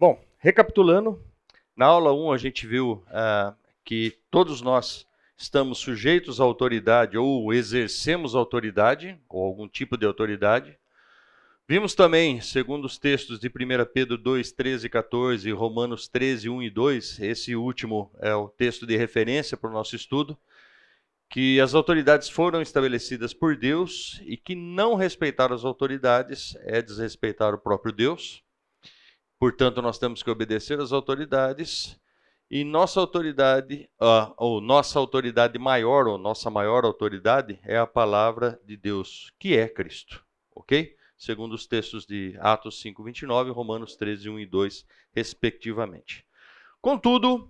Bom, recapitulando, na aula 1 a gente viu que todos nós estamos sujeitos à autoridade ou exercemos autoridade, ou algum tipo de autoridade. Vimos também, segundo os textos de 1 Pedro 2, 13 e 14, e Romanos 13, 1 e 2, esse último é o texto de referência para o nosso estudo, que as autoridades foram estabelecidas por Deus e que não respeitar as autoridades é desrespeitar o próprio Deus. Portanto, nós temos que obedecer às autoridades e nossa autoridade, ou nossa autoridade maior, ou nossa maior autoridade é a palavra de Deus, que é Cristo, ok? Segundo os textos de Atos 5, 29 e Romanos 13, 1 e 2, respectivamente. Contudo,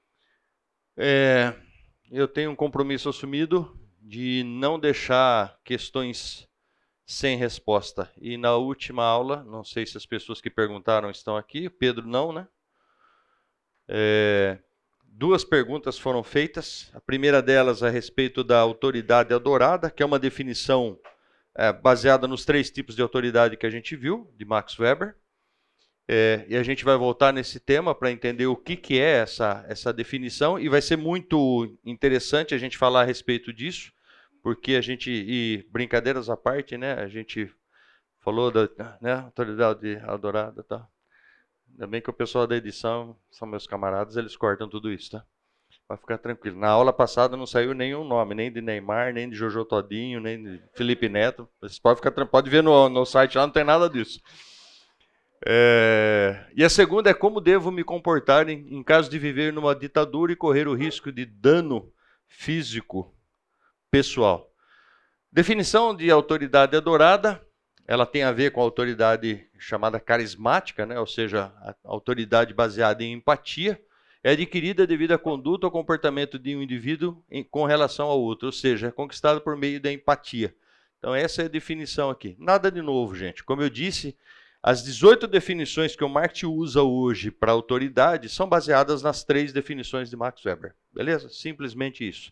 eu tenho um compromisso assumido de não deixar questões sem resposta. E na última aula, não sei se as pessoas que perguntaram estão aqui, Pedro não, né? Duas perguntas foram feitas. A primeira delas a respeito da autoridade adorada, que é uma definição baseada nos 3 tipos de autoridade que a gente viu, de Max Weber. E a gente vai voltar nesse tema para entender o que é essa definição, e vai ser muito interessante a gente falar a respeito disso, porque a gente, e brincadeiras à parte, né, a gente falou da autoridade adorada, tá? Ainda bem que o pessoal da edição são meus camaradas, eles cortam tudo isso, tá? Vai ficar tranquilo. Na aula passada não saiu nenhum nome, nem de Neymar, nem de Jojo Todinho, nem de Felipe Neto. Vocês pode ver no site lá, não tem nada disso. E a segunda é como devo me comportar em caso de viver numa ditadura e correr o risco de dano físico pessoal. Definição de autoridade adorada, ela tem a ver com a autoridade chamada carismática, né? Ou seja, a autoridade baseada em empatia, é adquirida devido à conduta ou comportamento de um indivíduo com relação ao outro, ou seja, é conquistada por meio da empatia. Então essa é a definição aqui. Nada de novo, gente. Como eu disse, as 18 definições que o Marx usa hoje para autoridade são baseadas nas 3 definições de Max Weber. Beleza? Simplesmente isso.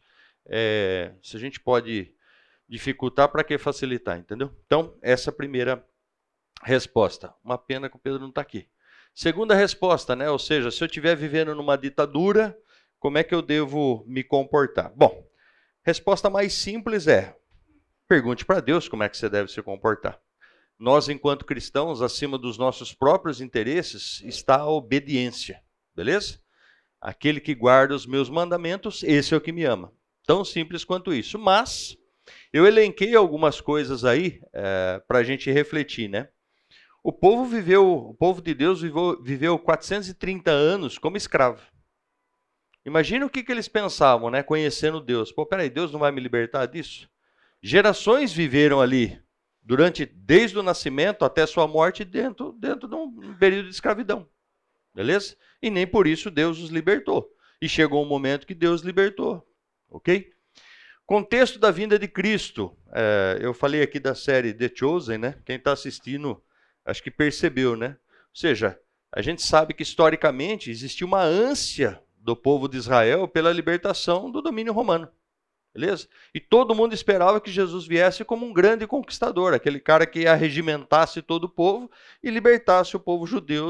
Se a gente pode dificultar, para que facilitar, entendeu? Então, essa é a primeira resposta. Uma pena que o Pedro não está aqui. Segunda resposta, né? Ou seja, se eu estiver vivendo numa ditadura, como é que eu devo me comportar? Bom, resposta mais simples é: pergunte para Deus como é que você deve se comportar. Nós, enquanto cristãos, acima dos nossos próprios interesses, está a obediência, beleza? Aquele que guarda os meus mandamentos, esse é o que me ama. Tão simples quanto isso. Mas eu elenquei algumas coisas aí para a gente refletir, né? O povo de Deus viveu 430 anos como escravo. Imagina o que eles pensavam, né? Conhecendo Deus. Pô, peraí, Deus não vai me libertar disso? Gerações viveram ali, desde o nascimento até sua morte, dentro de um período de escravidão. Beleza? E nem por isso Deus os libertou. E chegou um momento que Deus libertou. Ok? Contexto da vinda de Cristo. Eu falei aqui da série The Chosen, né? Quem está assistindo, acho que percebeu, né? Ou seja, a gente sabe que historicamente existia uma ânsia do povo de Israel pela libertação do domínio romano. Beleza? E todo mundo esperava que Jesus viesse como um grande conquistador, aquele cara que arregimentasse todo o povo e libertasse o povo judeu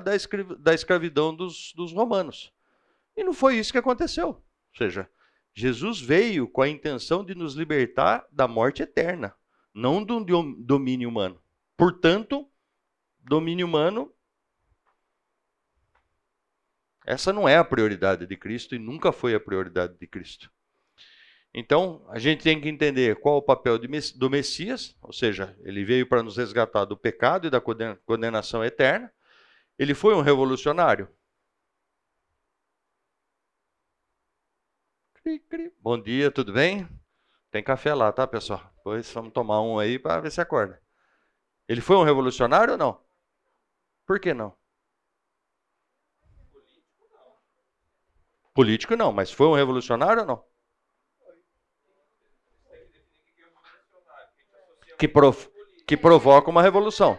da escravidão dos romanos. E não foi isso que aconteceu. Ou seja, Jesus veio com a intenção de nos libertar da morte eterna, não do domínio humano. Portanto, domínio humano, essa não é a prioridade de Cristo e nunca foi a prioridade de Cristo. Então, a gente tem que entender qual o papel do Messias, ou seja, ele veio para nos resgatar do pecado e da condenação eterna. Ele foi um revolucionário. Bom dia, tudo bem? Tem café lá, tá, pessoal? Depois vamos tomar um aí para ver se acorda. Ele foi um revolucionário ou não? Por que não? Político não, mas foi um revolucionário ou não? Que provoca uma revolução.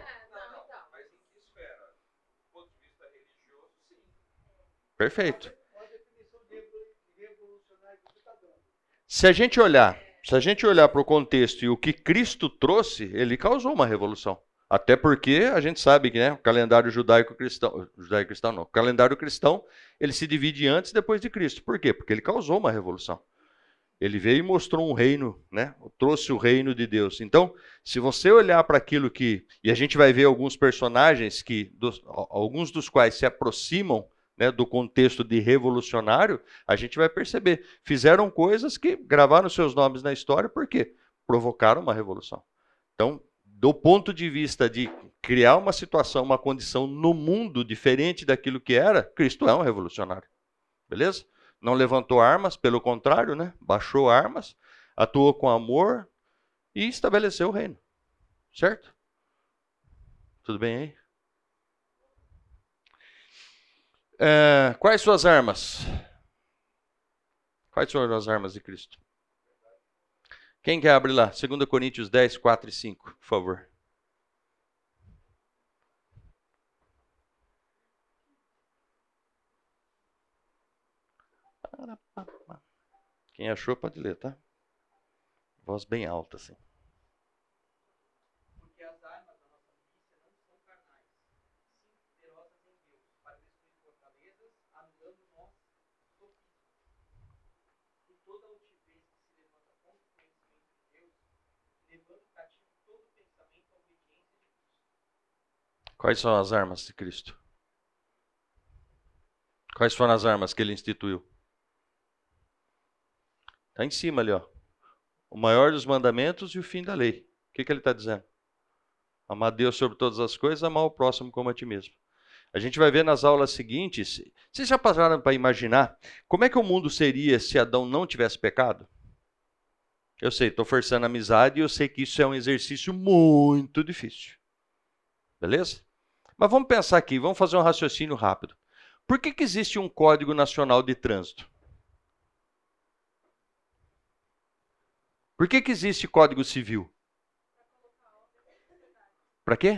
Perfeito. Se a gente olhar para o contexto e o que Cristo trouxe, ele causou uma revolução. Até porque a gente sabe que, né, o calendário judaico-cristão, não, o calendário cristão, ele se divide antes e depois de Cristo. Por quê? Porque ele causou uma revolução. Ele veio e mostrou um reino, né? Trouxe o reino de Deus. Então, se você olhar para aquilo que... E a gente vai ver alguns personagens, alguns dos quais se aproximam, né, do contexto de revolucionário, a gente vai perceber. Fizeram coisas que gravaram seus nomes na história, por quê? Provocaram uma revolução. Então, do ponto de vista de criar uma situação, uma condição no mundo diferente daquilo que era, Cristo é um revolucionário. Beleza? Não levantou armas, pelo contrário, né? Baixou armas, atuou com amor e estabeleceu o reino. Certo? Tudo bem aí? Quais suas armas? Quais são as armas de Cristo? Quem quer abrir lá? 2 Coríntios 10, 4 e 5, por favor. Quem achou pode ler, tá? Voz bem alta, assim. Porque as armas da nossa milícia não são carnais, sim poderosas em Deus, para destruir fortalezas, anulando nossos sofismas. E toda altivez que se levanta contra o conhecimento de Deus, levando cativo todo pensamento à obediência de Cristo. Quais são as armas de Cristo? Quais foram as armas que ele instituiu? Está em cima ali, ó. O maior dos mandamentos e o fim da lei. O que ele está dizendo? Amar Deus sobre todas as coisas, amar o próximo como a ti mesmo. A gente vai ver nas aulas seguintes. Vocês já passaram para imaginar como é que o mundo seria se Adão não tivesse pecado? Eu sei, estou forçando a amizade e eu sei que isso é um exercício muito difícil. Beleza? Mas vamos pensar aqui, vamos fazer um raciocínio rápido. Por que existe um Código Nacional de Trânsito? Por que existe Código Civil? Para quê?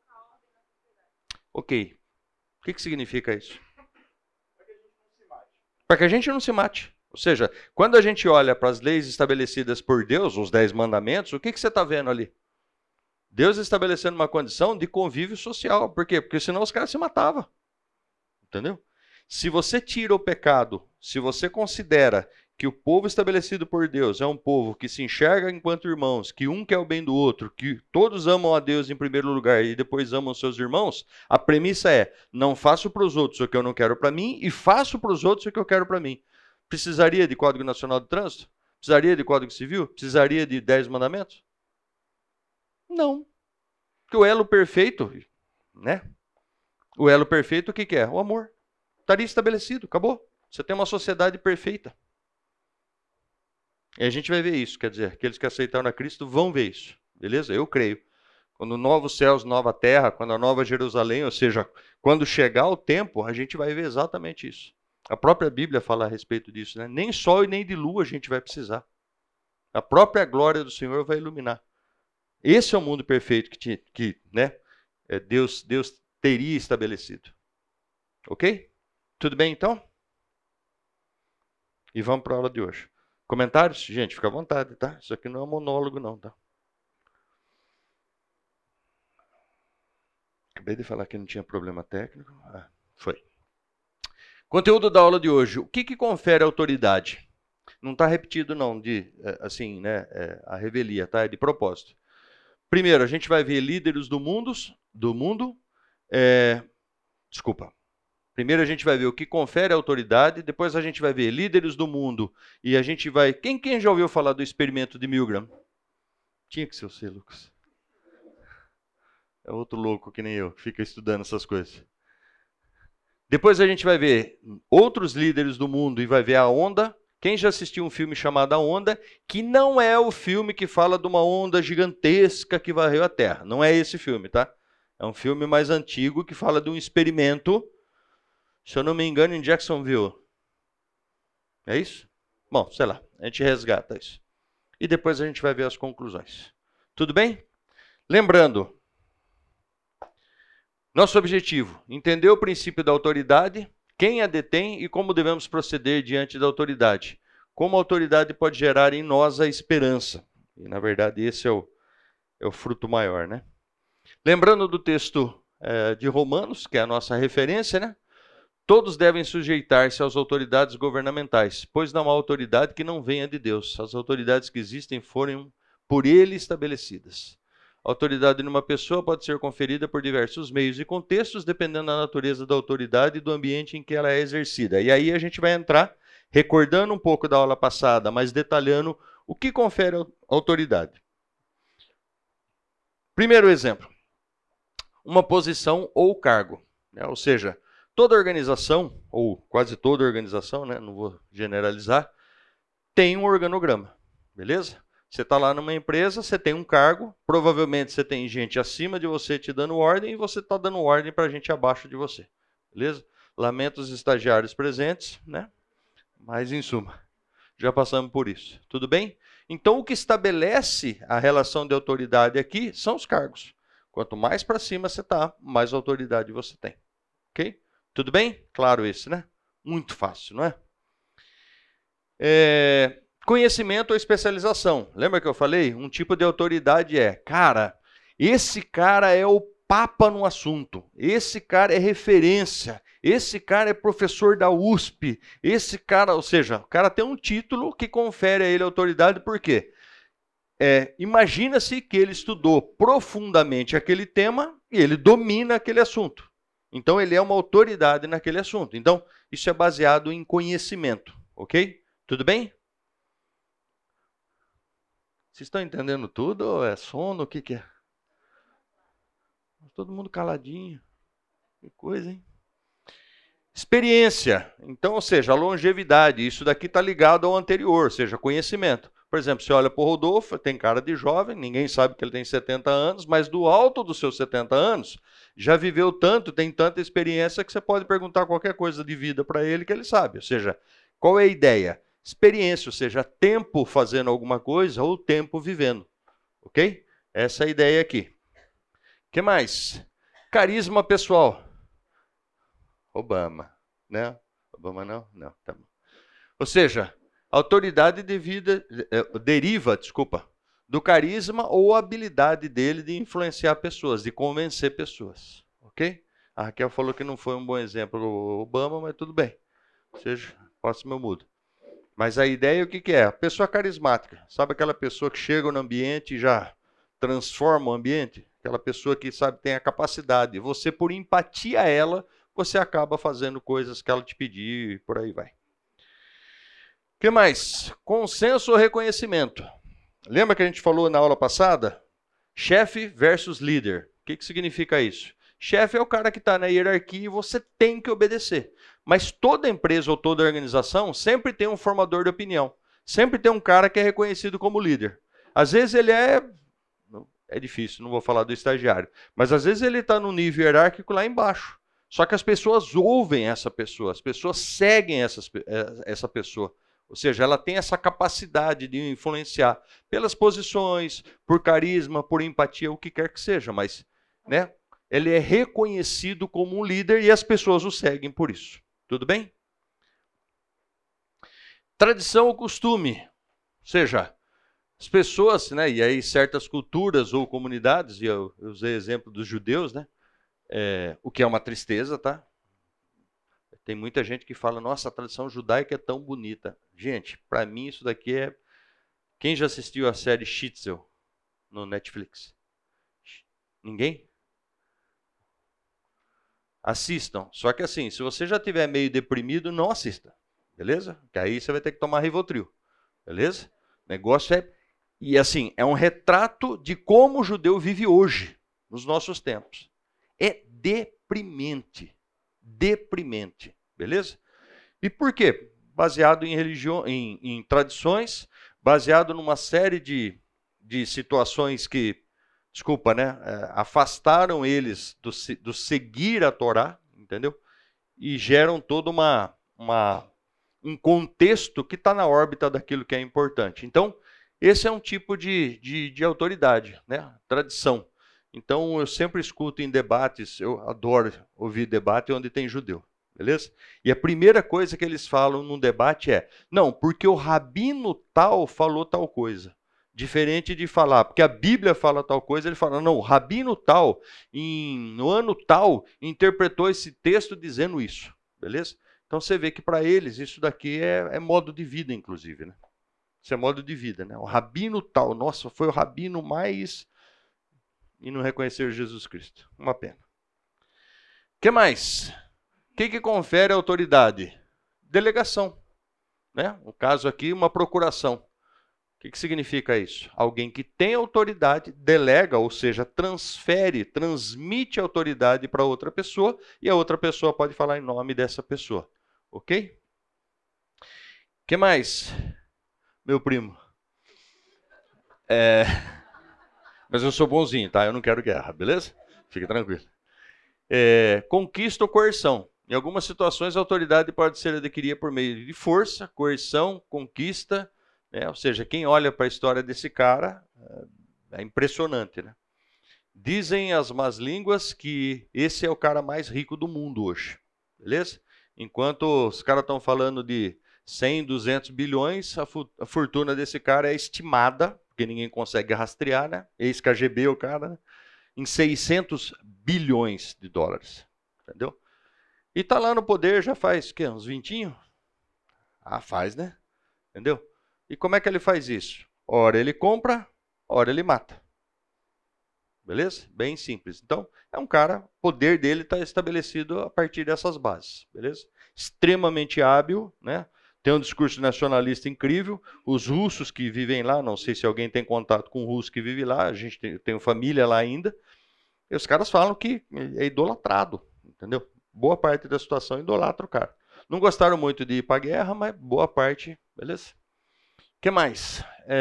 Ok. O que significa isso? Para que a gente não se mate. Ou seja, quando a gente olha para as leis estabelecidas por Deus, os 10 mandamentos, o que você está vendo ali? Deus estabelecendo uma condição de convívio social. Por quê? Porque senão os caras se matavam. Entendeu? Se você tira o pecado, se você considera que o povo estabelecido por Deus é um povo que se enxerga enquanto irmãos, que um quer o bem do outro, que todos amam a Deus em primeiro lugar e depois amam seus irmãos, a premissa é: não faço para os outros o que eu não quero para mim e faço para os outros o que eu quero para mim. Precisaria de Código Nacional de Trânsito? Precisaria de Código Civil? Precisaria de 10 mandamentos? Não. Porque o elo perfeito, né? O elo perfeito o que é? O amor. Estaria estabelecido, acabou. Você tem uma sociedade perfeita. E a gente vai ver isso, quer dizer, aqueles que aceitaram a Cristo vão ver isso, beleza? Eu creio. Quando novos céus, nova terra, quando a nova Jerusalém, ou seja, quando chegar o tempo, a gente vai ver exatamente isso. A própria Bíblia fala a respeito disso, né? Nem sol e nem de lua a gente vai precisar. A própria glória do Senhor vai iluminar. Esse é o mundo perfeito que né, Deus teria estabelecido. Ok? Tudo bem, então? E vamos para a aula de hoje. Comentários? Gente, fica à vontade, tá? Isso aqui não é um monólogo, não, tá? Acabei de falar que não tinha problema técnico. Foi. Conteúdo da aula de hoje. O que confere autoridade? Não está repetido, não, assim, né? A revelia, tá? É de propósito. Primeiro, a gente vai ver líderes do mundo. Desculpa. Primeiro a gente vai ver o que confere autoridade, depois a gente vai ver líderes do mundo e a gente vai... Quem já ouviu falar do experimento de Milgram? Tinha que ser você, Lucas. É outro louco que nem eu, que fica estudando essas coisas. Depois a gente vai ver outros líderes do mundo e vai ver a onda. Quem já assistiu um filme chamado A Onda, que não é o filme que fala de uma onda gigantesca que varreu a Terra. Não é esse filme, tá? É um filme mais antigo que fala de um experimento, se eu não me engano, em Jacksonville. É isso? Bom, sei lá, a gente resgata isso. E depois a gente vai ver as conclusões. Tudo bem? Lembrando, nosso objetivo, entender o princípio da autoridade, quem a detém e como devemos proceder diante da autoridade. Como a autoridade pode gerar em nós a esperança. E, na verdade, esse é o fruto maior, né? Lembrando do texto de Romanos, que é a nossa referência, né? Todos devem sujeitar-se às autoridades governamentais, pois não há autoridade que não venha de Deus. As autoridades que existem foram por ele estabelecidas. A autoridade numa pessoa pode ser conferida por diversos meios e contextos, dependendo da natureza da autoridade e do ambiente em que ela é exercida. E aí a gente vai entrar, recordando um pouco da aula passada, mas detalhando o que confere autoridade. Primeiro exemplo, uma posição ou cargo, né? Ou seja, toda organização, ou quase toda organização, né? Não vou generalizar, tem um organograma, beleza? Você está lá numa empresa, você tem um cargo, provavelmente você tem gente acima de você te dando ordem e você está dando ordem para gente abaixo de você, beleza? Lamento os estagiários presentes, né? Mas em suma, já passamos por isso, tudo bem? Então o que estabelece a relação de autoridade aqui são os cargos. Quanto mais para cima você está, mais autoridade você tem, ok? Tudo bem? Claro isso, né? Muito fácil, não é? Conhecimento ou especialização. Lembra que eu falei? Um tipo de autoridade cara, esse cara é o papa no assunto, esse cara é referência, esse cara é professor da USP, esse cara, ou seja, o cara tem um título que confere a ele autoridade, por quê? Imagina-se que ele estudou profundamente aquele tema e ele domina aquele assunto. Então, ele é uma autoridade naquele assunto. Então, isso é baseado em conhecimento, ok? Tudo bem? Vocês estão entendendo tudo? Ou é sono? O que é? Todo mundo caladinho. Que coisa, hein? Experiência. Então, ou seja, a longevidade. Isso daqui está ligado ao anterior, ou seja, conhecimento. Por exemplo, você olha para o Rodolfo, tem cara de jovem, ninguém sabe que ele tem 70 anos, mas do alto dos seus 70 anos, já viveu tanto, tem tanta experiência que você pode perguntar qualquer coisa de vida para ele que ele sabe. Ou seja, qual é a ideia? Experiência, ou seja, tempo fazendo alguma coisa ou tempo vivendo. Ok? Essa é a ideia aqui. O que mais? Carisma pessoal. Obama, né? Obama não? Não, tá bom. Ou seja, autoridade deriva do carisma ou habilidade dele de influenciar pessoas, de convencer pessoas. Ok? A Raquel falou que não foi um bom exemplo o Obama, mas tudo bem. Ou seja, próximo eu mudo. Mas a ideia o que é? A pessoa carismática. Sabe aquela pessoa que chega no ambiente e já transforma o ambiente? Aquela pessoa que sabe tem a capacidade. Você, por empatia a ela, você acaba fazendo coisas que ela te pedir e por aí vai. O que mais? Consenso ou reconhecimento. Lembra que a gente falou na aula passada? Chefe versus líder. O que significa isso? Chefe é o cara que está na hierarquia e você tem que obedecer. Mas toda empresa ou toda organização sempre tem um formador de opinião. Sempre tem um cara que é reconhecido como líder. Às vezes ele é difícil, não vou falar do estagiário. Mas às vezes ele está no nível hierárquico lá embaixo. Só que as pessoas ouvem essa pessoa, as pessoas seguem essa pessoa. Ou seja, ela tem essa capacidade de influenciar pelas posições, por carisma, por empatia, o que quer que seja. Mas, né, ele é reconhecido como um líder e as pessoas o seguem por isso. Tudo bem? Tradição ou costume. Ou seja, as pessoas, né, e aí certas culturas ou comunidades, e eu usei exemplo dos judeus, né, o que é uma tristeza, tá? Tem muita gente que fala, nossa, a tradição judaica é tão bonita. Gente, para mim isso daqui é... Quem já assistiu a série Shitzel no Netflix? Ninguém? Assistam. Só que assim, se você já estiver meio deprimido, não assista. Beleza? Que aí você vai ter que tomar Rivotril. Beleza? O negócio é... E assim, é um retrato de como o judeu vive hoje, nos nossos tempos. É deprimente. Deprimente. Beleza? E por quê? Baseado em religião, em tradições, baseado numa série de situações que, desculpa, né, afastaram eles do seguir a Torá, entendeu? E geram todo um contexto que está na órbita daquilo que é importante. Então, esse é um tipo de autoridade, né? Tradição. Então, eu sempre escuto em debates, eu adoro ouvir debate onde tem judeu, beleza? E a primeira coisa que eles falam num debate é, não, porque o rabino tal falou tal coisa. Diferente de falar, porque a Bíblia fala tal coisa, ele fala, não, o rabino tal, no ano tal, interpretou esse texto dizendo isso, beleza? Então você vê que para eles isso daqui é modo de vida, inclusive, né? Isso é modo de vida, né? O rabino tal, nossa, foi o rabino mais... E não reconheceu Jesus Cristo. Uma pena. O que mais? O que confere autoridade? Delegação, né? No caso aqui, uma procuração. O que significa isso? Alguém que tem autoridade, delega, ou seja, transfere, transmite autoridade para outra pessoa e a outra pessoa pode falar em nome dessa pessoa. Ok? O que mais, meu primo? Mas eu sou bonzinho, tá? Eu não quero guerra, beleza? Fique tranquilo. Conquista ou coerção. Em algumas situações, a autoridade pode ser adquirida por meio de força, coerção, conquista, né? Ou seja, quem olha para a história desse cara é impressionante, né? Dizem as más línguas que esse é o cara mais rico do mundo hoje, beleza? Enquanto os caras estão falando de 100, 200 bilhões, a fortuna desse cara é estimada, porque ninguém consegue rastrear, né? Ex-KGB o cara, né? Em 600 bilhões de dólares, entendeu? E tá lá no poder já faz, que, uns 20? Ah, faz, né? Entendeu? E como é que ele faz isso? Ora ele compra, ora ele mata. Beleza? Bem simples. Então, é um cara, o poder dele está estabelecido a partir dessas bases. Beleza? Extremamente hábil, né? Tem um discurso nacionalista incrível. Os russos que vivem lá, não sei se alguém tem contato com um russo que vive lá, a gente tem família lá ainda. E os caras falam que é idolatrado, entendeu? Boa parte da situação idolatra o cara. Não gostaram muito de ir para a guerra, mas boa parte, beleza? O que mais?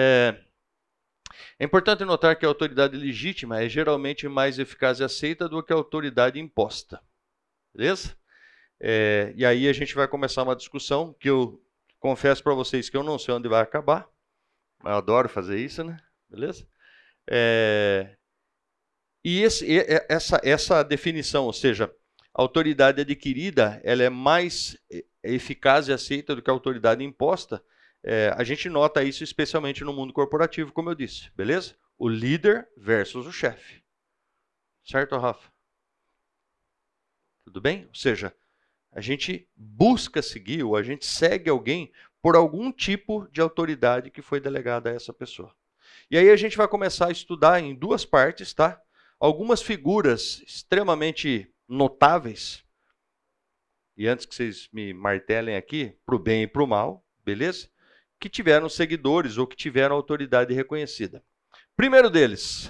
É importante notar que a autoridade legítima é geralmente mais eficaz e aceita do que a autoridade imposta. Beleza? E aí a gente vai começar uma discussão que eu confesso para vocês que eu não sei onde vai acabar. Mas eu adoro fazer isso, né? Beleza? E essa definição, ou seja, a autoridade adquirida, ela é mais eficaz e aceita do que a autoridade imposta. A gente nota isso especialmente no mundo corporativo, como eu disse, beleza? O líder versus o chefe. Certo, Rafa? Tudo bem? Ou seja, a gente busca seguir ou a gente segue alguém por algum tipo de autoridade que foi delegada a essa pessoa. E aí a gente vai começar a estudar em duas partes, tá? Algumas figuras extremamente notáveis, e antes que vocês me martelem aqui, para o bem e para o mal, beleza? Que tiveram seguidores ou que tiveram autoridade reconhecida. Primeiro deles,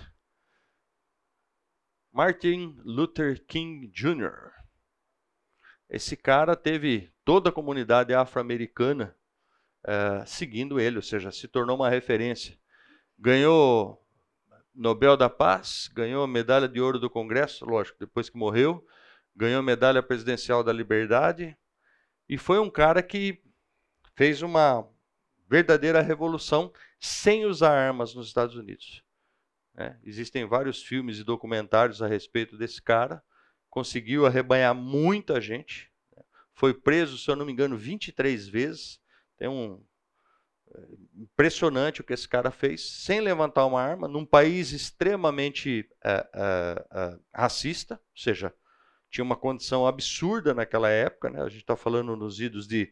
Martin Luther King Jr. Esse cara teve toda a comunidade afro-americana seguindo ele, ou seja, se tornou uma referência. Ganhou Nobel da Paz, ganhou a medalha de ouro do Congresso, lógico, depois que morreu, ganhou a medalha presidencial da Liberdade, e foi um cara que fez uma verdadeira revolução sem usar armas nos Estados Unidos. Existem vários filmes e documentários a respeito desse cara, conseguiu arrebanhar muita gente, foi preso, se eu não me engano, 23 vezes, tem impressionante o que esse cara fez, sem levantar uma arma, num país extremamente racista, ou seja, tinha uma condição absurda naquela época, né? A gente está falando nos idos de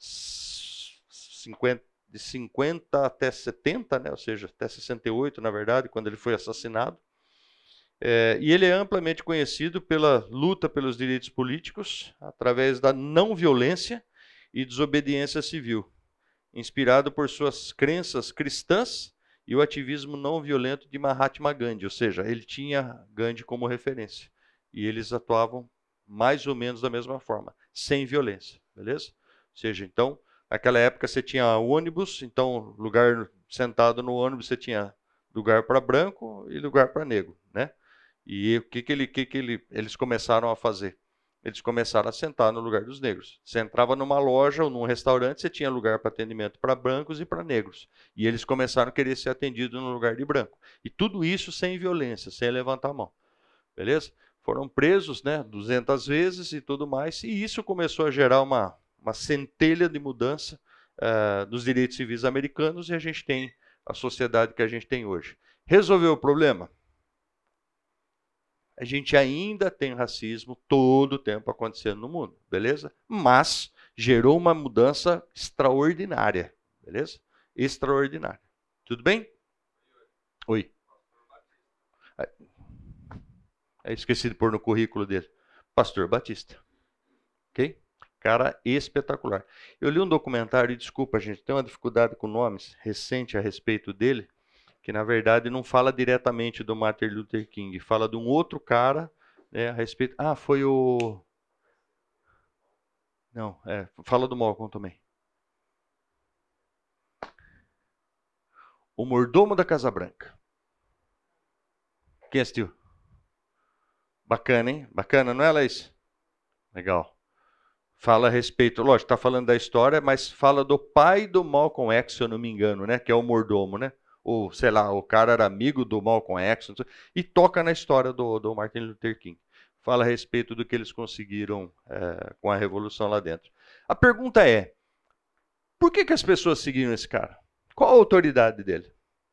50 até 70, né? Ou seja, até 68, na verdade, quando ele foi assassinado. E ele é amplamente conhecido pela luta pelos direitos políticos, através da não violência e desobediência civil, inspirado por suas crenças cristãs e o ativismo não violento de Mahatma Gandhi, ou seja, ele tinha Gandhi como referência. E eles atuavam mais ou menos da mesma forma, sem violência, beleza? Ou seja, então, naquela época você tinha ônibus, então, lugar sentado no ônibus você tinha lugar para branco e lugar para negro, né? E o que eles começaram a fazer? Eles começaram a sentar no lugar dos negros. Você entrava numa loja ou num restaurante, você tinha lugar para atendimento para brancos e para negros. E eles começaram a querer ser atendidos no lugar de branco. E tudo isso sem violência, sem levantar a mão. Beleza? Foram presos, né, 200 vezes e tudo mais. E isso começou a gerar uma centelha de mudança dos direitos civis americanos. E a gente tem a sociedade que a gente tem hoje. Resolveu o problema? A gente ainda tem racismo todo o tempo acontecendo no mundo, beleza? Mas gerou uma mudança extraordinária, beleza? Extraordinária. Tudo bem? Oi. Esqueci de pôr no currículo dele. Pastor Batista. Ok? Cara espetacular. Eu li um documentário, e desculpa, gente, tem uma dificuldade com nomes recente a respeito dele, que na verdade não fala diretamente do Martin Luther King, fala de um outro cara, né, a respeito. Ah, foi o. Não, fala do Malcolm também. O Mordomo da Casa Branca. Quem assistiu? Bacana, hein? Bacana, não é, Laís? Legal. Fala a respeito, lógico, está falando da história, mas fala do pai do Malcolm X, se eu não me engano, né? Que é o mordomo, né? Ou, sei lá, o cara era amigo do Malcolm X, e toca na história do Martin Luther King. Fala a respeito do que eles conseguiram com a revolução lá dentro. A pergunta é, por que as pessoas seguiram esse cara? Qual a autoridade dele?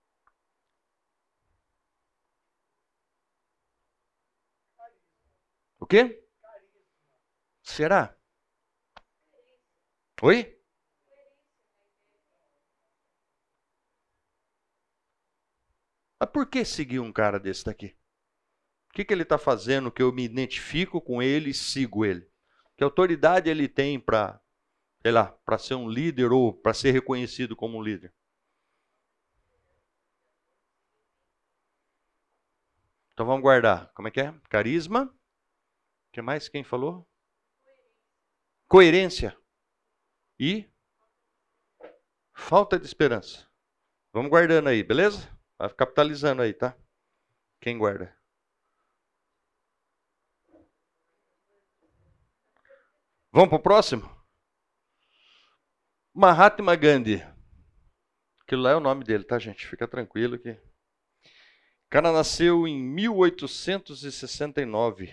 O quê? Será? Oi? Mas por que seguir um cara desse daqui? O que ele está fazendo que eu me identifico com ele e sigo ele? Que autoridade ele tem para, sei lá, para ser um líder ou para ser reconhecido como um líder? Então vamos guardar. Como é que é? Carisma. O que mais? Quem falou? Coerência. E falta de esperança. Vamos guardando aí, beleza? Vai capitalizando aí, tá? Quem guarda? Vamos para o próximo? Mahatma Gandhi. Aquilo lá é o nome dele, tá, gente? Fica tranquilo que... O cara nasceu em 1869,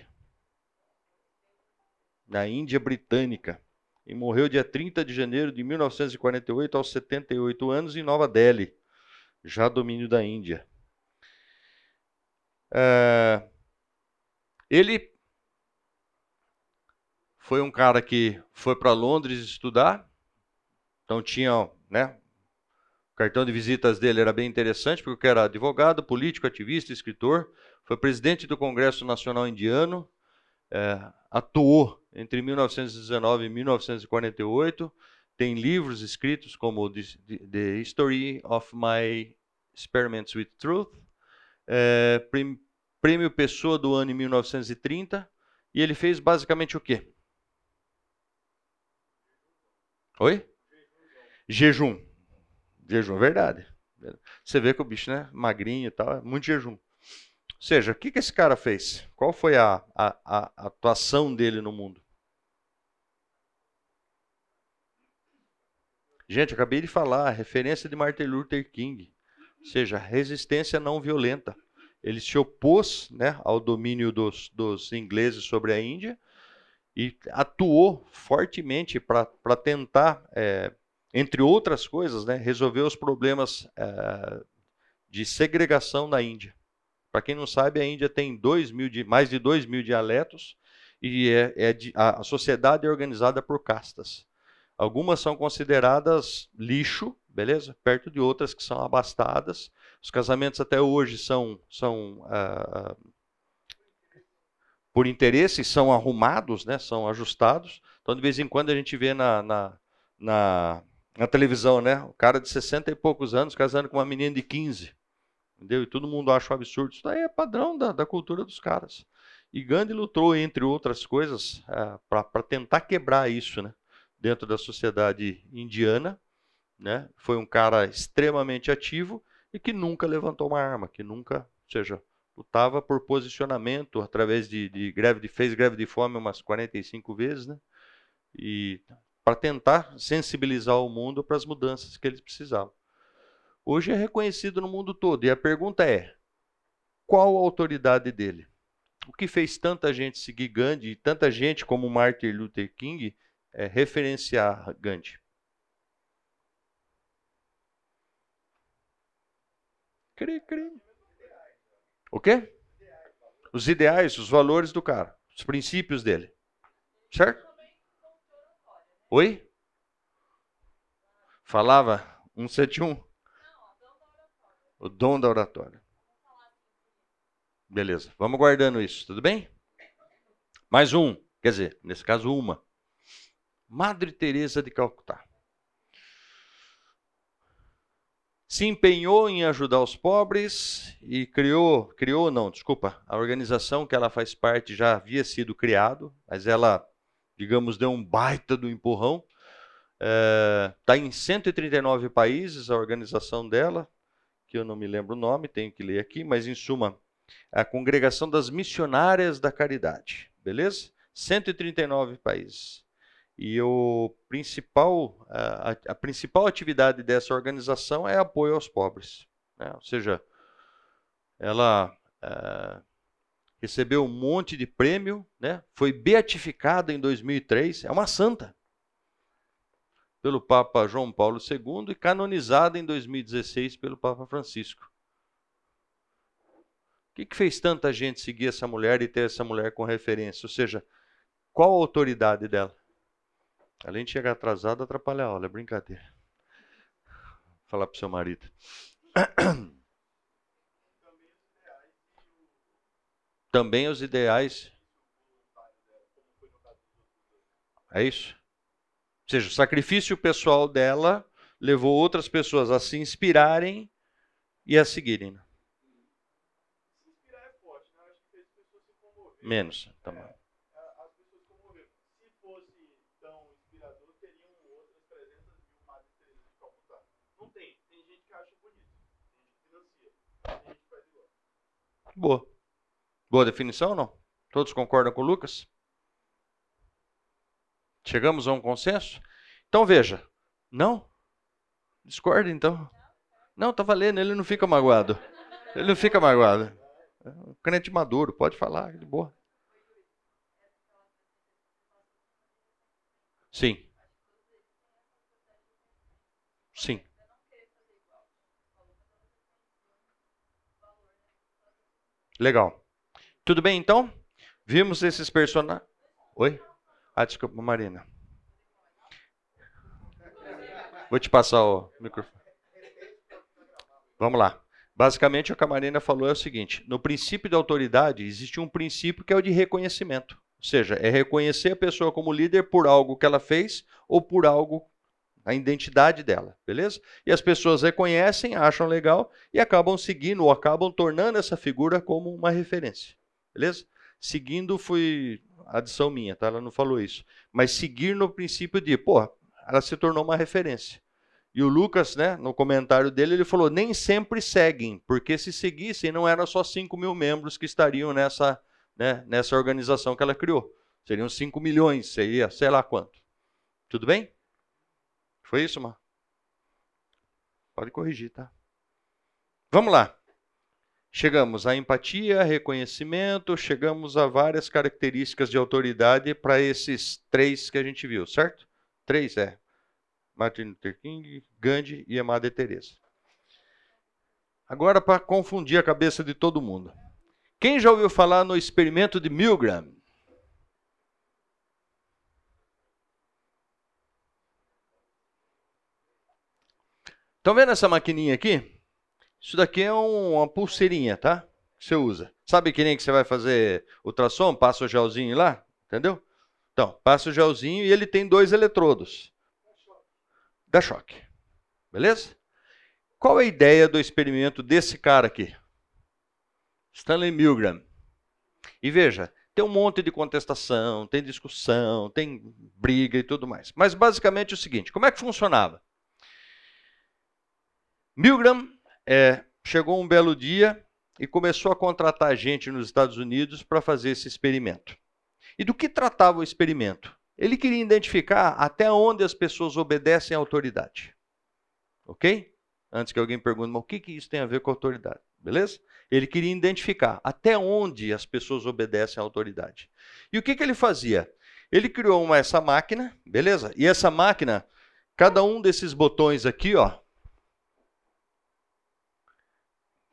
na Índia Britânica, e morreu dia 30 de janeiro de 1948, aos 78 anos, em Nova Delhi, já domínio da Índia. Ele foi um cara que foi para Londres estudar, então tinha, né, o cartão de visitas dele era bem interessante, porque era advogado, político, ativista, escritor, foi presidente do Congresso Nacional Indiano, atuou entre 1919 e 1948, tem livros escritos como The History of My Experiments with Truth, Prêmio Pessoa do ano em 1930, e ele fez basicamente o quê? Oi? Jejum. Jejum, verdade. Você vê que o bicho, né, magrinho e tal, é muito jejum. Ou seja, o que esse cara fez? Qual foi a atuação dele no mundo? Gente, eu acabei de falar, a referência de Martin Luther King, ou seja, resistência não violenta. Ele se opôs, né, ao domínio dos ingleses sobre a Índia e atuou fortemente para tentar, entre outras coisas, né, resolver os problemas de segregação na Índia. Para quem não sabe, a Índia tem mais de 2.000 dialetos e a sociedade é organizada por castas. Algumas são consideradas lixo, beleza? Perto de outras que são abastadas. Os casamentos até hoje são por interesse, são arrumados, né? São ajustados. Então, de vez em quando, a gente vê na televisão, né? O cara de 60 e poucos anos casando com uma menina de 15. Entendeu? E todo mundo acha um absurdo. Isso daí é padrão da cultura dos caras. E Gandhi lutou, entre outras coisas, para tentar quebrar isso, né? Dentro da sociedade indiana, né? Foi um cara extremamente ativo e que nunca levantou uma arma, que nunca, ou seja, lutava por posicionamento através de greve, fez greve de fome umas 45 vezes, né? E para tentar sensibilizar o mundo para as mudanças que eles precisavam. Hoje é reconhecido no mundo todo e a pergunta é: qual a autoridade dele? O que fez tanta gente seguir Gandhi e tanta gente como Martin Luther King referenciar Gandhi? Cri, cri. O quê? Os ideais, os valores do cara, os princípios dele. Certo? Oi? Falava 171? O dom da oratória. Beleza, vamos guardando isso, tudo bem? Mais um, quer dizer, nesse caso uma. Madre Teresa de Calcutá. Se empenhou em ajudar os pobres e criou não, desculpa, a organização que ela faz parte já havia sido criado, mas ela, digamos, deu um baita do empurrão. Está em 139 países a organização dela, que eu não me lembro o nome, tenho que ler aqui, mas em suma, a Congregação das Missionárias da Caridade, beleza? 139 países. E a principal atividade dessa organização é apoio aos pobres, né? Ou seja, ela recebeu um monte de prêmio, né? Foi beatificada em 2003, é uma santa, pelo Papa João Paulo II e canonizada em 2016 pelo Papa Francisco. O que fez tanta gente seguir essa mulher e ter essa mulher com referência? Ou seja, qual a autoridade dela? Além de chegar atrasado, atrapalhar a aula, é brincadeira. Vou falar para o seu marido. Também os ideais. É isso? Ou seja, o sacrifício pessoal dela levou outras pessoas a se inspirarem e a seguirem. Se inspirar é forte, né? Acho que fez pessoas se comover. Menos. Tá bom. As pessoas comoveram. Se fosse tão inspirador, teriam outras 300.000 Madre Teresa de Calcutá. Não tem. Tem gente que acha bonito. Tem gente que financia. Tem gente que faz igual. Boa. Boa definição ou não? Todos concordam com o Lucas? Chegamos a um consenso? Então veja. Não? Discorda então. Não, tá valendo, ele não fica magoado. Ele não fica magoado. É um crente maduro, pode falar, de boa. Sim. Sim. Legal. Tudo bem, então? Vimos esses personagens. Oi? Ah, desculpa, Marina. Vou te passar o microfone. Vamos lá. Basicamente, o que a Marina falou é o seguinte: no princípio da autoridade, existe um princípio que é o de reconhecimento. Ou seja, é reconhecer a pessoa como líder por algo que ela fez ou por algo, a identidade dela, beleza? E as pessoas reconhecem, acham legal e acabam seguindo ou acabam tornando essa figura como uma referência, beleza? Seguindo foi adição minha, tá? Ela não falou isso. Mas seguir no princípio de, ela se tornou uma referência. E o Lucas, né, no comentário dele, ele falou, nem sempre seguem, porque se seguissem não eram só 5.000 membros que estariam nessa organização que ela criou. Seriam 5 milhões, seria sei lá quanto. Tudo bem? Foi isso, Mar? Pode corrigir, tá? Vamos lá. Chegamos à empatia, reconhecimento, chegamos a várias características de autoridade para esses 3 que a gente viu, certo? 3 Martin Luther King, Gandhi e a Madre Teresa. Agora, para confundir a cabeça de todo mundo. Quem já ouviu falar no experimento de Milgram? Estão vendo essa maquininha aqui? Isso daqui é uma pulseirinha, tá? Que você usa. Sabe que nem que você vai fazer ultrassom? Passa o gelzinho lá, entendeu? Então, passa o gelzinho e ele tem 2 eletrodos. Dá choque. Beleza? Qual é a ideia do experimento desse cara aqui? Stanley Milgram. E veja, tem um monte de contestação, tem discussão, tem briga e tudo mais. Mas basicamente é o seguinte, como é que funcionava? Milgram chegou um belo dia e começou a contratar gente nos Estados Unidos para fazer esse experimento. E do que tratava o experimento? Ele queria identificar até onde as pessoas obedecem à autoridade. Ok? Antes que alguém pergunte, mas o que isso tem a ver com a autoridade? Beleza? Ele queria identificar até onde as pessoas obedecem à autoridade. E o que ele fazia? Ele criou essa máquina, beleza? E essa máquina, cada um desses botões aqui, ó,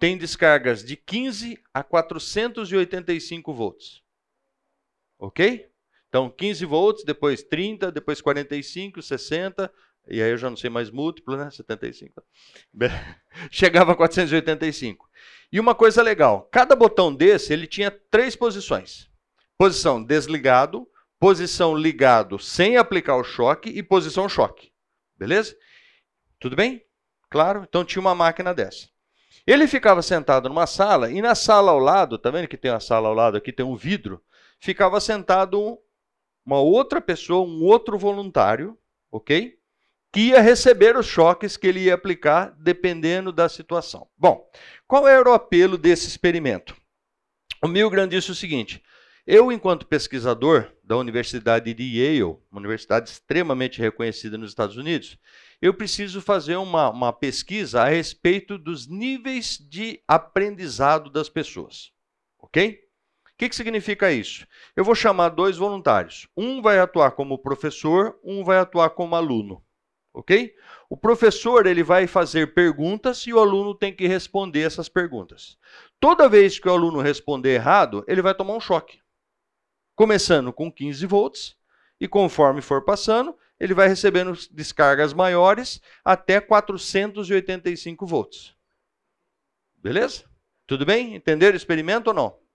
tem descargas de 15 a 485 volts. Ok? Então, 15 volts, depois 30, depois 45, 60, e aí eu já não sei mais múltiplo, né? 75. Chegava a 485. E uma coisa legal, cada botão desse, ele tinha 3 posições. Posição desligado, posição ligado sem aplicar o choque e posição choque. Beleza? Tudo bem? Claro? Então tinha uma máquina dessa. Ele ficava sentado numa sala, e na sala ao lado, tá vendo que tem uma sala ao lado aqui, tem um vidro, ficava sentado uma outra pessoa, um outro voluntário, ok? Que ia receber os choques que ele ia aplicar dependendo da situação. Bom, qual era o apelo desse experimento? O Milgram disse o seguinte: eu, enquanto pesquisador da Universidade de Yale, uma universidade extremamente reconhecida nos Estados Unidos, eu preciso fazer uma pesquisa a respeito dos níveis de aprendizado das pessoas. Ok? O que significa isso? Eu vou chamar 2 voluntários. Um vai atuar como professor, um vai atuar como aluno. Ok? O professor ele vai fazer perguntas e o aluno tem que responder essas perguntas. Toda vez que o aluno responder errado, ele vai tomar um choque. Começando com 15 volts e conforme for passando, ele vai recebendo descargas maiores até 485 volts. Beleza? Tudo bem? Entenderam o experimento ou não?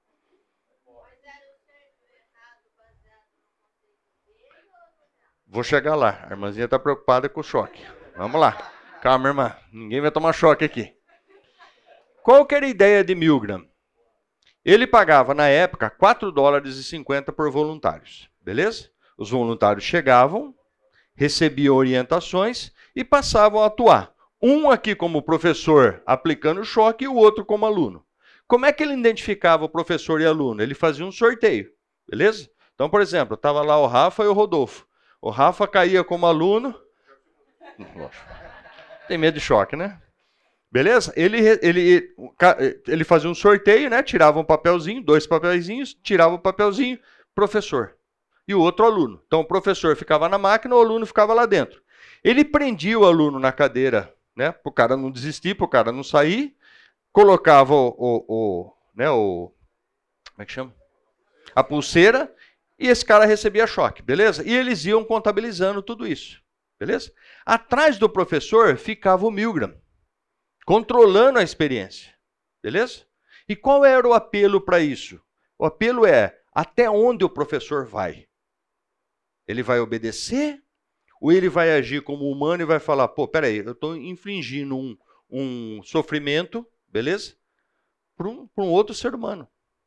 Vou chegar lá. A irmãzinha está preocupada com o choque. Vamos lá. Calma, irmã. Ninguém vai tomar choque aqui. Qual que era a ideia de Milgram? Ele pagava, na época, $4,50 por voluntários. Beleza? Os voluntários chegavam, recebiam orientações e passavam a atuar. Um aqui como professor aplicando o choque e o outro como aluno. Como é que ele identificava o professor e aluno? Ele fazia um sorteio. Beleza? Então, por exemplo, estava lá o Rafa e o Rodolfo. O Rafa caía como aluno. Tem medo de choque, né? Beleza? Ele fazia um sorteio, né? Tirava um papelzinho, 2 papelzinhos, tirava o papelzinho, professor. E o outro aluno. Então o professor ficava na máquina, o aluno ficava lá dentro. Ele prendia o aluno na cadeira, né? Para o cara não desistir, para o cara não sair. Colocava como é que chama? A pulseira. E esse cara recebia choque, beleza? E eles iam contabilizando tudo isso, beleza? Atrás do professor ficava o Milgram, controlando a experiência, beleza? E qual era o apelo para isso? O apelo é até onde o professor vai. Ele vai obedecer ou ele vai agir como humano e vai falar, pô, peraí, eu estou infligindo um sofrimento, beleza? Para um outro ser humano.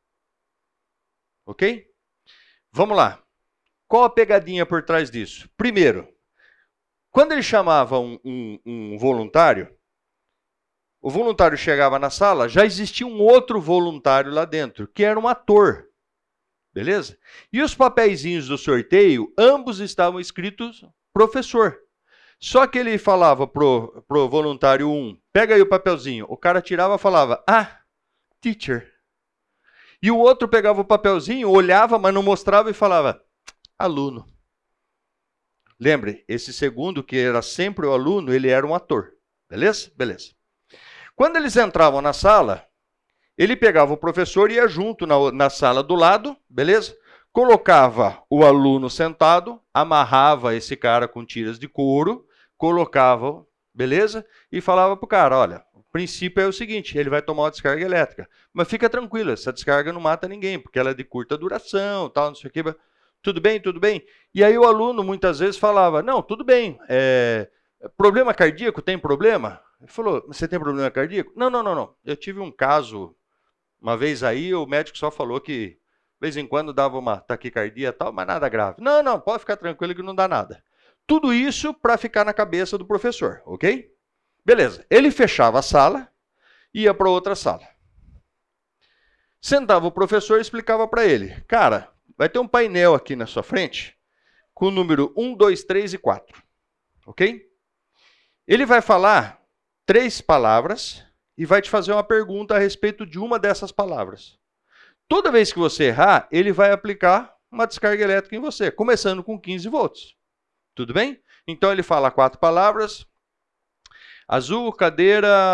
Ok? Vamos lá. Qual a pegadinha por trás disso? Primeiro, quando ele chamava um voluntário, o voluntário chegava na sala, já existia um outro voluntário lá dentro, que era um ator. Beleza? E os papeizinhos do sorteio, ambos estavam escritos professor. Só que ele falava pro voluntário 1, pega aí o papelzinho. O cara tirava e falava, teacher. E o outro pegava o papelzinho, olhava, mas não mostrava e falava, aluno. Lembre, esse segundo, que era sempre o aluno, ele era um ator. Beleza? Beleza. Quando eles entravam na sala, ele pegava o professor e ia junto na sala do lado, beleza? Colocava o aluno sentado, amarrava esse cara com tiras de couro, colocava, beleza? E falava para o cara, olha, o princípio é o seguinte, ele vai tomar uma descarga elétrica. Mas fica tranquilo, essa descarga não mata ninguém, porque ela é de curta duração, tal, não sei o quê. Tudo bem, tudo bem? E aí o aluno muitas vezes falava, não, tudo bem, problema cardíaco, tem problema? Ele falou, você tem problema cardíaco? Não. Eu tive um caso, uma vez aí, o médico só falou que de vez em quando dava uma taquicardia e tal, mas nada grave. Não, pode ficar tranquilo que não dá nada. Tudo isso para ficar na cabeça do professor, ok? Beleza, ele fechava a sala, ia para outra sala. Sentava o professor e explicava para ele, cara, vai ter um painel aqui na sua frente, com o número 1, 2, 3 e 4, ok? Ele vai falar 3 palavras e vai te fazer uma pergunta a respeito de uma dessas palavras. Toda vez que você errar, ele vai aplicar uma descarga elétrica em você, começando com 15 volts. Tudo bem? Então ele fala 4 palavras. Azul, cadeira,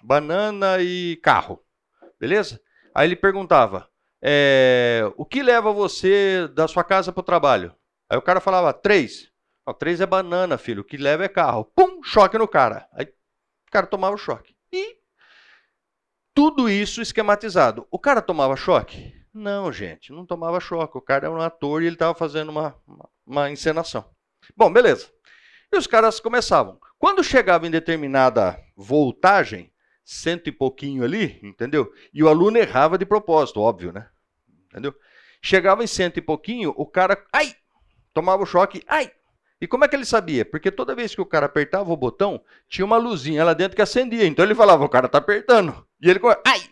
banana e carro. Beleza? Aí ele perguntava, o que leva você da sua casa para o trabalho? Aí o cara falava, 3. Não, 3 é banana, filho. O que leva é carro. Pum, choque no cara. Aí o cara tomava o choque. E tudo isso esquematizado. O cara tomava choque? Não, gente, não tomava choque. O cara era um ator e ele estava fazendo uma encenação. Bom, beleza. E os caras começavam. Quando chegava em determinada voltagem, 100 e pouquinho ali, entendeu? E o aluno errava de propósito, óbvio, né? Entendeu? Chegava em 100 e pouquinho, o cara, ai, tomava o choque, ai. E como é que ele sabia? Porque toda vez que o cara apertava o botão, tinha uma luzinha lá dentro que acendia. Então ele falava, o cara tá apertando. E ele, ai.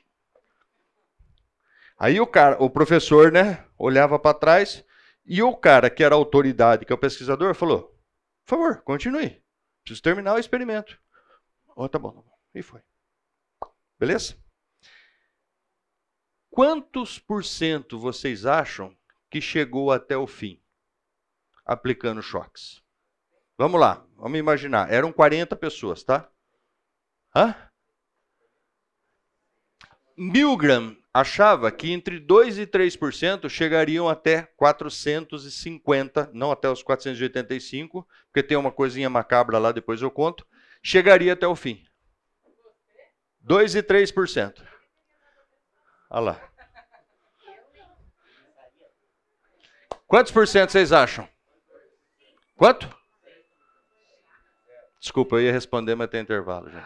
Aí o professor, né, olhava para trás e o cara que era a autoridade, que é o pesquisador, falou, por favor, continue. Preciso terminar o experimento. Oh, tá bom. E foi. Beleza? Quantos por cento vocês acham que chegou até o fim aplicando choques? Vamos lá, vamos imaginar. Eram 40 pessoas, tá? Hã? Milgram achava que entre 2 e 3% chegariam até 450, não até os 485, porque tem uma coisinha macabra lá, depois eu conto, chegaria até o fim. 2 e 3%. Olha lá. Quantos por cento vocês acham? Quanto? Desculpa, eu ia responder, mas tem intervalo, gente.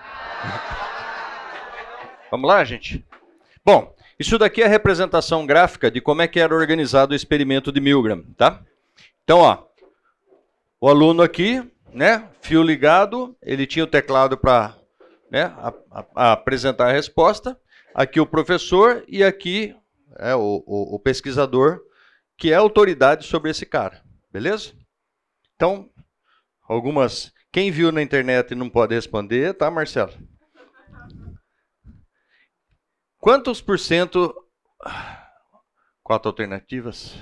Vamos lá, gente? Bom, isso daqui é a representação gráfica de como é que era organizado o experimento de Milgram, tá? Então, ó, o aluno aqui, né, fio ligado, ele tinha o teclado para, né, apresentar a resposta. Aqui o professor e aqui é o pesquisador, que é a autoridade sobre esse cara, beleza? Então, algumas... Quem viu na internet e não pode responder, tá, Marcelo? Quantos por cento... 4 alternativas.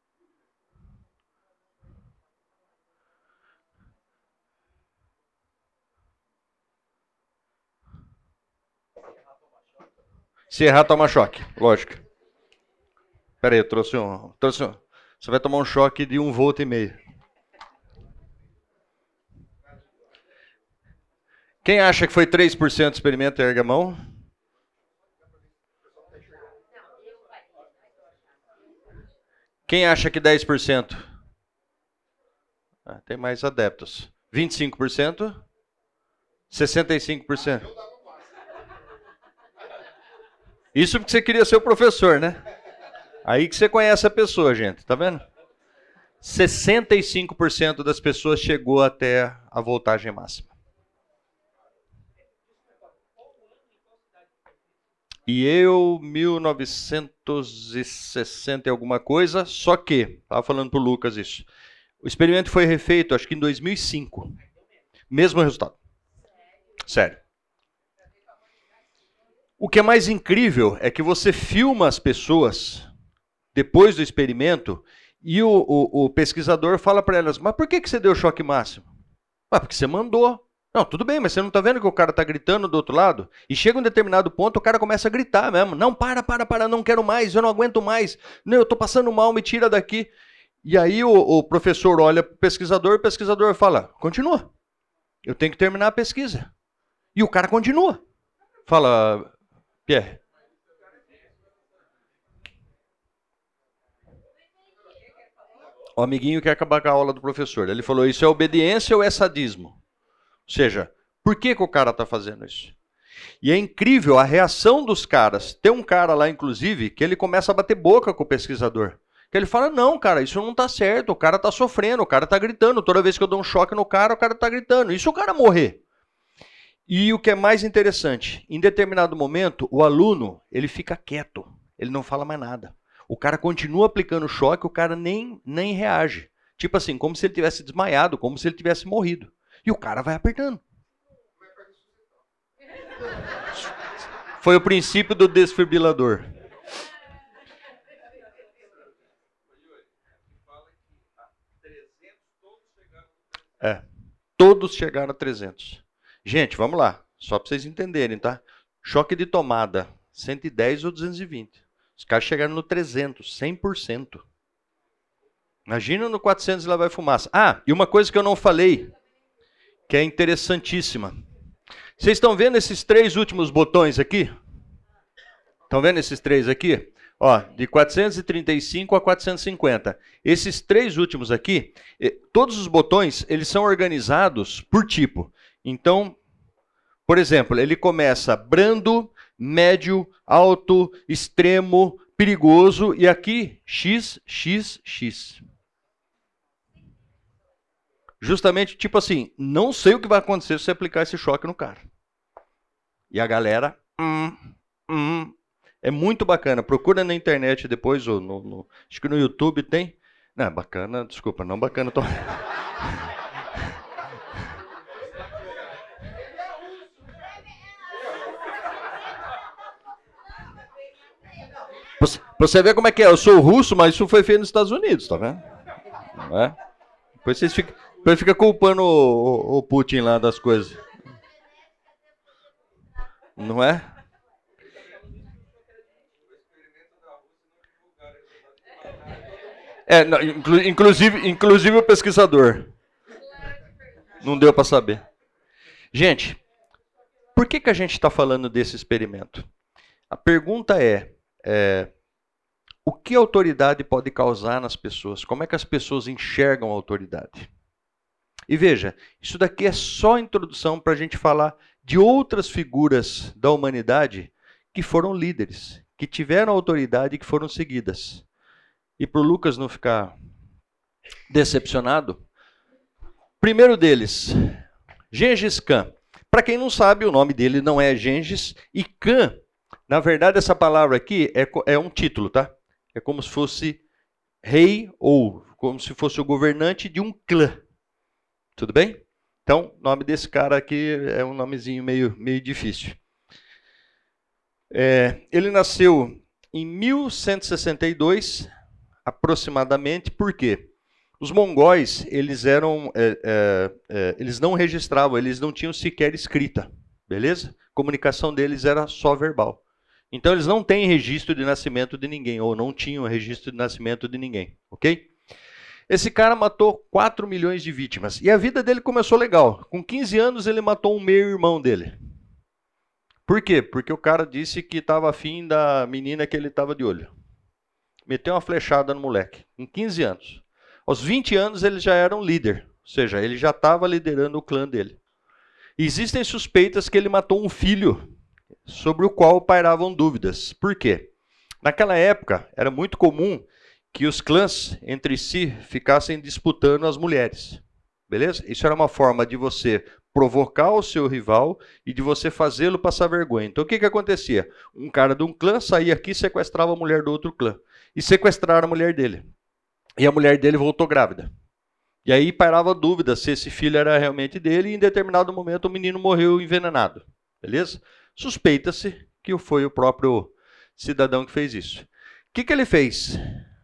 Se errar, toma choque, lógico. Espera aí, eu trouxe um... Você vai tomar um choque de 1,5 volt. Quem acha que foi 3% do experimento, erga a mão. Quem acha que 10%? Tem mais adeptos. 25%? 65%? Isso porque você queria ser o professor, né? Aí que você conhece a pessoa, gente. Tá vendo? 65% das pessoas chegou até a voltagem máxima. E eu, 1960 e alguma coisa, só que, estava falando para o Lucas isso, o experimento foi refeito, acho que em 2005. Mesmo resultado. Sério. O que é mais incrível é que você filma as pessoas depois do experimento e o pesquisador fala para elas, mas por que você deu choque máximo? Ah, porque você mandou. Não, tudo bem, mas você não está vendo que o cara está gritando do outro lado? E chega um determinado ponto, o cara começa a gritar mesmo. Não, para, não quero mais, eu não aguento mais. Não, eu estou passando mal, me tira daqui. E aí o professor olha para o pesquisador fala, continua. Eu tenho que terminar a pesquisa. E o cara continua. Fala, Pierre. O amiguinho quer acabar com a aula do professor. Ele falou, isso é obediência ou é sadismo? Ou seja, por que o cara está fazendo isso? E é incrível a reação dos caras. Tem um cara lá, inclusive, que ele começa a bater boca com o pesquisador. Que ele fala, não, cara, isso não está certo. O cara está sofrendo, o cara está gritando. Toda vez que eu dou um choque no cara, o cara está gritando. E se o cara morrer? E o que é mais interessante, em determinado momento, o aluno, ele fica quieto. Ele não fala mais nada. O cara continua aplicando choque, o cara nem reage. Tipo assim, como se ele tivesse desmaiado, como se ele tivesse morrido. E o cara vai apertando. Foi o princípio do desfibrilador. Todos chegaram a 300. Gente, vamos lá. Só para vocês entenderem, tá? Choque de tomada, 110 ou 220. Os caras chegaram no 300, 100%. Imagina no 400 lá vai fumaça. Ah, e uma coisa que eu não falei, que é interessantíssima. Vocês estão vendo esses 3 últimos botões aqui? Estão vendo esses 3 aqui? Ó, de 435 a 450. Esses 3 últimos aqui, todos os botões, eles são organizados por tipo. Então, por exemplo, ele começa brando, médio, alto, extremo, perigoso e aqui X, X, X. Justamente tipo assim, não sei o que vai acontecer se você aplicar esse choque no cara. E a galera, é muito bacana. Procura na internet depois, ou acho que no YouTube tem. Não, bacana, desculpa, não bacana. Você vê como é que é. Eu sou russo, mas isso foi feito nos Estados Unidos, tá vendo? Não é? Depois vocês ficam culpando o Putin lá das coisas. Não é? Não, inclusive o pesquisador. Não deu para saber. Gente, por que a gente está falando desse experimento? A pergunta é, o que a autoridade pode causar nas pessoas? Como é que as pessoas enxergam a autoridade? E veja, isso daqui é só introdução para a gente falar de outras figuras da humanidade que foram líderes, que tiveram autoridade e que foram seguidas. E para o Lucas não ficar decepcionado, primeiro deles, Gengis Khan. Para quem não sabe, o nome dele não é Gengis, e Khan, na verdade, essa palavra aqui é um título, tá? É como se fosse rei ou como se fosse o governante de um clã. Tudo bem? Então, o nome desse cara aqui é um nomezinho meio difícil. Ele nasceu em 1162, aproximadamente, por quê? Os mongóis, eles não registravam, eles não tinham sequer escrita, beleza? A comunicação deles era só verbal. Então, eles não têm registro de nascimento de ninguém, ou não tinham registro de nascimento de ninguém, ok? Esse cara matou 4 milhões de vítimas. E a vida dele começou legal. Com 15 anos, ele matou um meio-irmão dele. Por quê? Porque o cara disse que estava afim da menina que ele estava de olho. Meteu uma flechada no moleque. Com 15 anos. Aos 20 anos, ele já era um líder. Ou seja, ele já estava liderando o clã dele. E existem suspeitas que ele matou um filho sobre o qual pairavam dúvidas. Por quê? Naquela época, era muito comum que os clãs entre si ficassem disputando as mulheres. Beleza? Isso era uma forma de você provocar o seu rival e de você fazê-lo passar vergonha. Então o que acontecia? Um cara de um clã saía aqui e sequestrava a mulher do outro clã. E sequestraram a mulher dele. E a mulher dele voltou grávida. E aí pairava dúvida se esse filho era realmente dele e em determinado momento o menino morreu envenenado. Beleza? Suspeita-se que foi o próprio cidadão que fez isso. O que ele fez?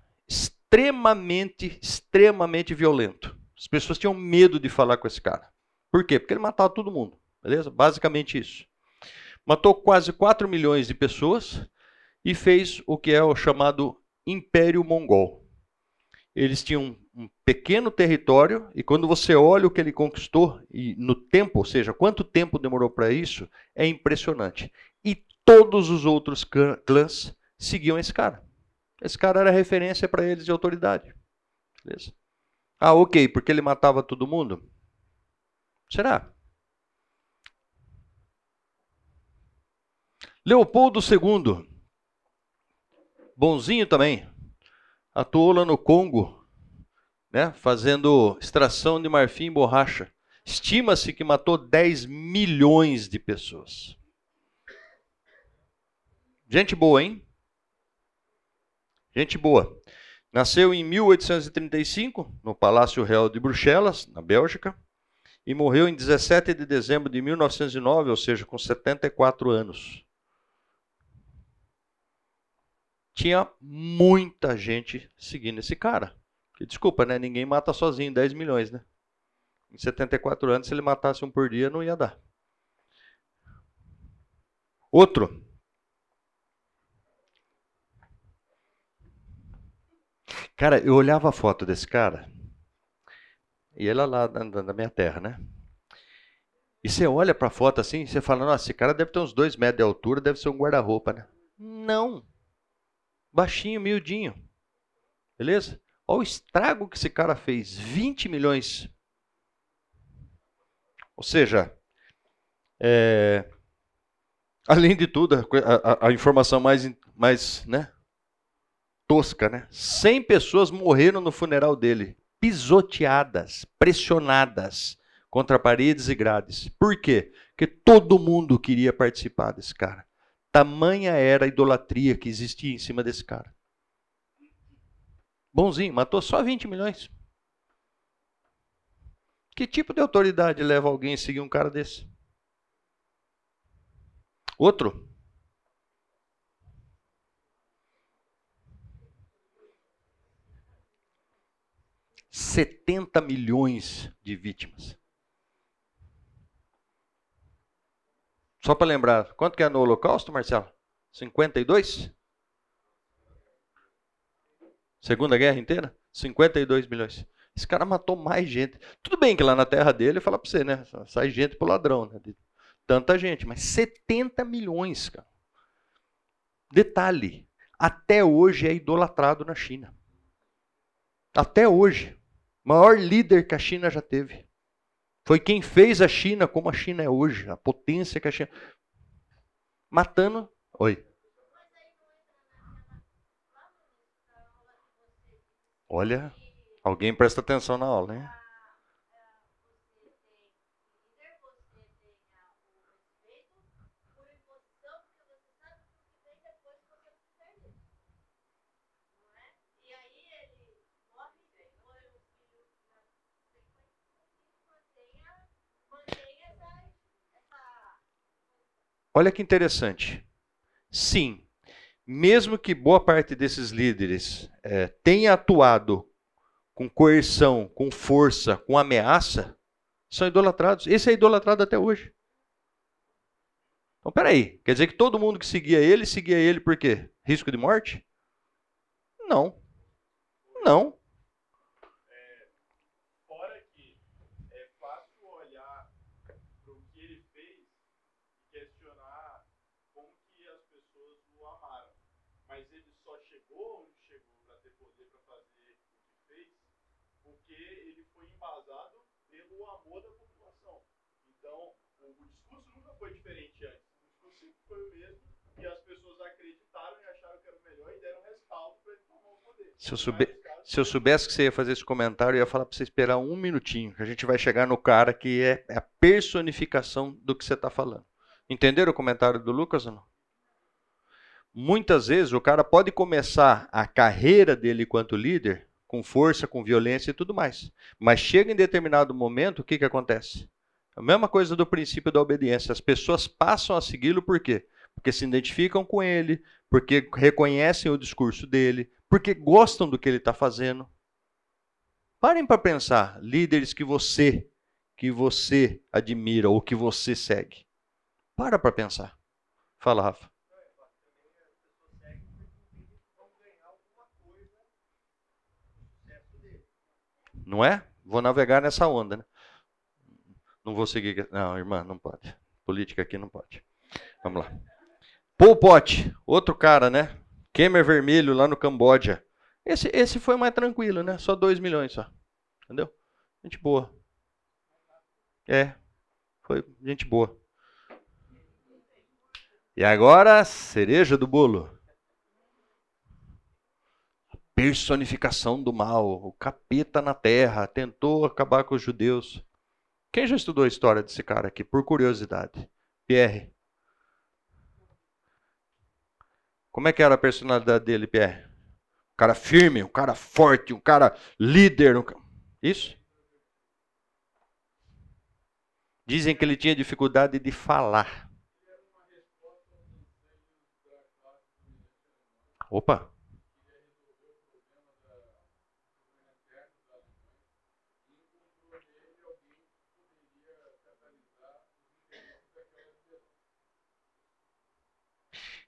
Extremamente violento. As pessoas tinham medo de falar com esse cara. Por quê? Porque ele matava todo mundo. Beleza? Basicamente isso. Matou quase 4 milhões de pessoas e fez o que é o chamado Império Mongol. Eles tinham um pequeno território e quando você olha o que ele conquistou, e no tempo, ou seja, quanto tempo demorou para isso, é impressionante. E todos os outros clãs seguiam esse cara. Esse cara era referência para eles de autoridade. Beleza? Ah, ok, porque ele matava todo mundo? Será? Leopoldo II, bonzinho também, atuou lá no Congo, né, fazendo extração de marfim e borracha. Estima-se que matou 10 milhões de pessoas. Gente boa, hein? Gente boa. Nasceu em 1835, no Palácio Real de Bruxelas, na Bélgica, e morreu em 17 de dezembro de 1909, ou seja, com 74 anos. Tinha muita gente seguindo esse cara. E, desculpa, né? Ninguém mata sozinho 10 milhões, né? Em 74 anos, se ele matasse um por dia, não ia dar. Outro. Cara, eu olhava a foto desse cara, e ele lá na minha terra, né? E você olha pra foto assim, você fala, nossa, esse cara deve ter uns 2 metros de altura, deve ser um guarda-roupa, né? Não. Baixinho, miudinho. Beleza? Olha o estrago que esse cara fez. 20 milhões. Ou seja, além de tudo, a informação mais né, tosca, né? 100 pessoas morreram no funeral dele. Pisoteadas, pressionadas contra paredes e grades. Por quê? Porque todo mundo queria participar desse cara. Tamanha era a idolatria que existia em cima desse cara. Bonzinho, matou só 20 milhões. Que tipo de autoridade leva alguém a seguir um cara desse? Outro. $70 milhões de vítimas. Só para lembrar, quanto que é no Holocausto, Marcelo? 52? Segunda Guerra inteira? 52 milhões. Esse cara matou mais gente. Tudo bem que lá na terra dele, fala para você, né? Sai gente pro ladrão, né? De tanta gente, mas 70 milhões, cara. Detalhe, até hoje é idolatrado na China. Até hoje. Maior líder que a China já teve. Foi quem fez a China como a China é hoje, a potência que a China. Matando. Oi. Olha, alguém presta atenção na aula, hein? Olha que interessante. Sim, mesmo que boa parte desses líderes tenha atuado com coerção, com força, com ameaça, são idolatrados. Esse é idolatrado até hoje. Então, peraí, quer dizer que todo mundo que seguia ele por quê? Risco de morte? Não, não. Fora que é fácil olhar para o que ele fez e questionar como que as pessoas o amaram. Mas ele só chegou onde chegou para ter poder para fazer o que fez, porque ele foi embasado pelo amor da população. Então, o discurso nunca foi diferente antes. O discurso sempre foi o mesmo e as pessoas acreditaram e acharam que era o melhor e deram respaldo para ele tomar o poder. Se eu soubesse que você ia fazer esse comentário, eu ia falar para você esperar um minutinho, que a gente vai chegar no cara que é a personificação do que você está falando. Entenderam o comentário do Lucas ou não? Muitas vezes o cara pode começar a carreira dele enquanto líder com força, com violência e tudo mais. Mas chega em determinado momento, o que, que acontece? A mesma coisa do princípio da obediência. As pessoas passam a segui-lo por quê? Porque se identificam com ele, porque reconhecem o discurso dele, porque gostam do que ele está fazendo. Parem para pensar, líderes que você admira ou que você segue. Para pensar. Fala, Rafa. Não é? Vou navegar nessa onda, né? Não vou seguir. Não, irmã, não pode. Política aqui não pode. Vamos lá. Pol Pot, outro cara, né? Khmer Vermelho lá no Camboja. Esse foi mais tranquilo, né? Só 2 milhões só. Entendeu? Gente boa. Foi gente boa. E agora, cereja do bolo. Personificação do mal. O capeta na terra. Tentou acabar com os judeus. Quem já estudou a história desse cara aqui, por curiosidade? Pierre. Como é que era a personalidade dele, Pierre? Um cara firme, um cara forte, um cara líder. Isso? Dizem que ele tinha dificuldade de falar. Opa!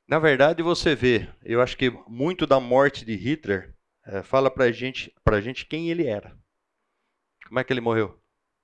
Na verdade, você vê, eu acho que muito da morte de Hitler fala pra gente quem ele era. Como é que ele morreu?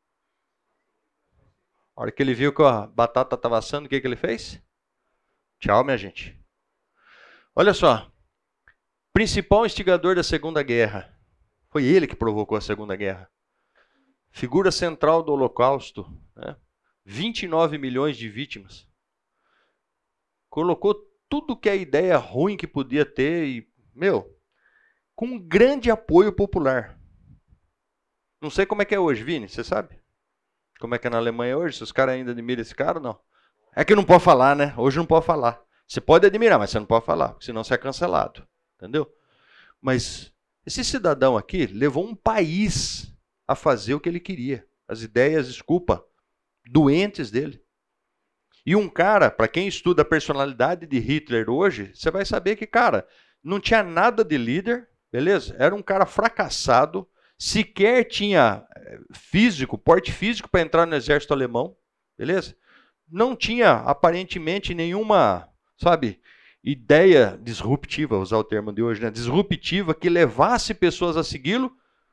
A hora que ele viu que a batata estava assando, o que ele fez? Tchau, minha gente. Olha só, principal instigador da Segunda Guerra. Foi ele que provocou a Segunda Guerra. Figura central do Holocausto, né? 29 milhões de vítimas. Colocou tudo que é ideia ruim que podia ter e, com um grande apoio popular. Não sei como é que é hoje, Vini, você sabe? Como é que é na Alemanha hoje? Se os caras ainda admiram esse cara ou não? É que não pode falar, né? Hoje não pode falar. Você pode admirar, mas você não pode falar, porque senão você é cancelado. Entendeu? Mas esse cidadão aqui levou um país a fazer o que ele queria. As ideias, desculpa, doentes dele. E um cara, para quem estuda a personalidade de Hitler hoje, você vai saber que, cara, não tinha nada de líder, beleza? Era um cara fracassado, sequer tinha porte físico para entrar no exército alemão, beleza? Não tinha aparentemente nenhuma, ideia disruptiva, vou usar o termo de hoje, né? Disruptiva que levasse pessoas a segui-lo.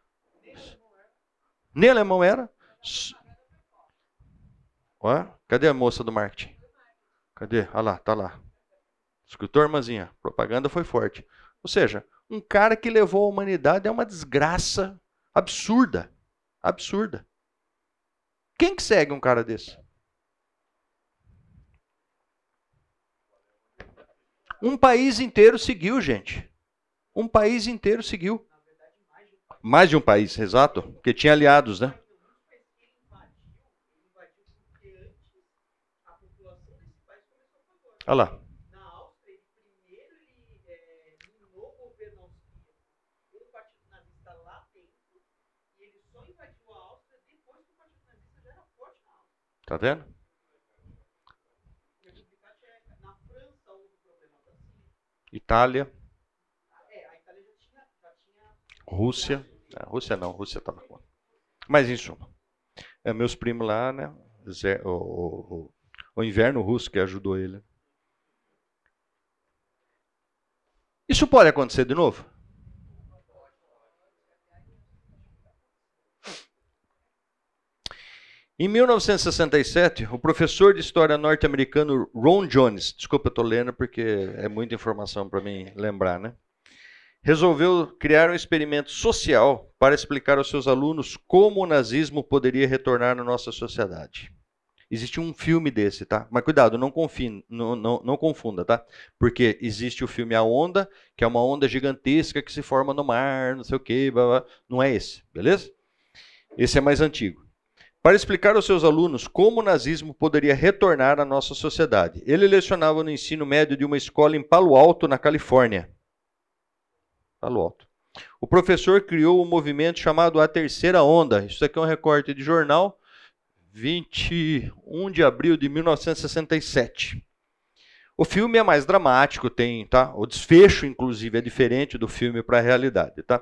Nem alemão era. Ué? Cadê a moça do marketing? Cadê? Olha lá, tá lá. Escutou, irmãzinha? Propaganda foi forte. Ou seja, um cara que levou a humanidade a uma desgraça absurda. Absurda. Quem que segue um cara desse? Um país inteiro seguiu, gente. Um país inteiro seguiu. Mais de um país, exato. Porque tinha aliados, né? Olha lá. Na Áustria, ele primeiro minou o governo austríaco com o Partido Nazista lá dentro, e ele só invadiu a Áustria depois que o Partido Nazista já era forte na Áustria. Tá vendo? República Tcheca. Na França houve problema da Síria. Itália. A Itália já tinha Rússia. Rússia não, Rússia estava com. Mas em suma. Meus primos lá, né? O inverno russo que ajudou ele. Isso pode acontecer de novo? Em 1967, o professor de história norte-americano Ron Jones, desculpa, eu estou lendo porque é muita informação para mim lembrar, né? Resolveu criar um experimento social para explicar aos seus alunos como o nazismo poderia retornar na nossa sociedade. Existe um filme desse, tá? Mas cuidado, não confunda, tá? Porque existe o filme A Onda, que é uma onda gigantesca que se forma no mar, não sei o quê, blá, blá. Não é esse, beleza? Esse é mais antigo. Para explicar aos seus alunos como o nazismo poderia retornar à nossa sociedade. Ele lecionava no ensino médio de uma escola em Palo Alto, na Califórnia. Palo Alto. O professor criou um movimento chamado A Terceira Onda. Isso aqui é um recorte de jornal, 21 de abril de 1967. O filme é mais dramático, tem, tá? O desfecho, inclusive, é diferente do filme para a realidade, tá?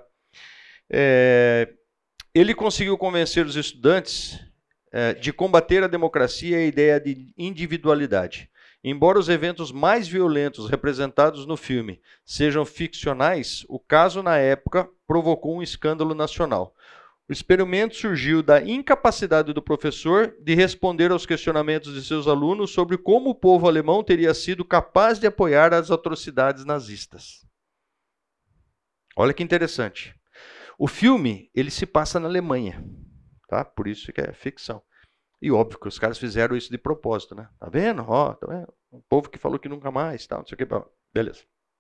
Ele conseguiu convencer os estudantes de combater a democracia e a ideia de individualidade. Embora os eventos mais violentos representados no filme sejam ficcionais, o caso na época provocou um escândalo nacional. O experimento surgiu da incapacidade do professor de responder aos questionamentos de seus alunos sobre como o povo alemão teria sido capaz de apoiar as atrocidades nazistas. Olha que interessante. O filme, ele se passa na Alemanha, tá? Por isso que é ficção. E óbvio que os caras fizeram isso de propósito, né? Tá vendo? Tá vendo? O povo que falou que nunca mais, tal, não sei o que. Beleza.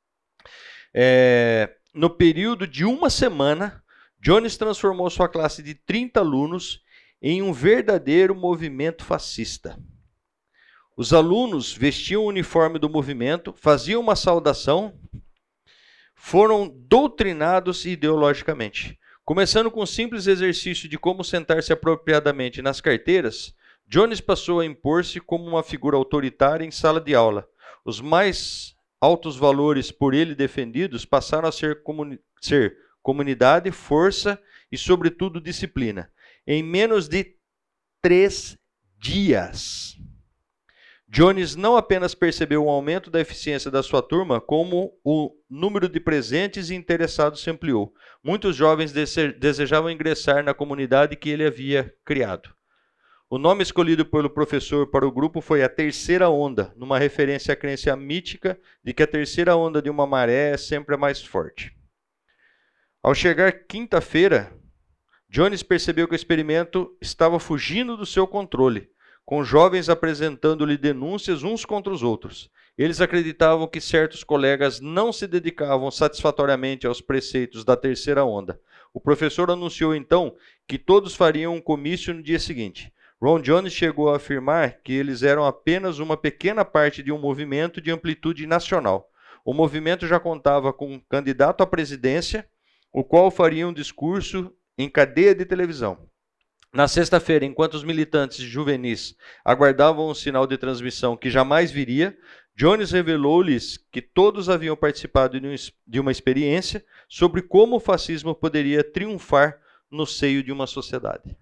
No período de uma semana, Jones transformou sua classe de 30 alunos em um verdadeiro movimento fascista. Os alunos vestiam o uniforme do movimento, faziam uma saudação, foram doutrinados ideologicamente. Começando com um simples exercício de como sentar-se apropriadamente nas carteiras, Jones passou a impor-se como uma figura autoritária em sala de aula. Os mais altos valores por ele defendidos passaram a ser comunidade, força e, sobretudo, disciplina. Em menos de 3 dias, Jones não apenas percebeu o aumento da eficiência da sua turma, como o número de presentes e interessados se ampliou. Muitos jovens desejavam ingressar na comunidade que ele havia criado. O nome escolhido pelo professor para o grupo foi a terceira onda, numa referência à crença mítica de que a terceira onda de uma maré é sempre a mais forte. Ao chegar quinta-feira, Jones percebeu que o experimento estava fugindo do seu controle, com jovens apresentando-lhe denúncias uns contra os outros. Eles acreditavam que certos colegas não se dedicavam satisfatoriamente aos preceitos da terceira onda. O professor anunciou então que todos fariam um comício no dia seguinte. Ron Jones chegou a afirmar que eles eram apenas uma pequena parte de um movimento de amplitude nacional. O movimento já contava com um candidato à presidência, o qual faria um discurso em cadeia de televisão. Na sexta-feira, enquanto os militantes juvenis aguardavam um sinal de transmissão que jamais viria, Jones revelou-lhes que todos haviam participado de uma experiência sobre como o fascismo poderia triunfar no seio de uma sociedade.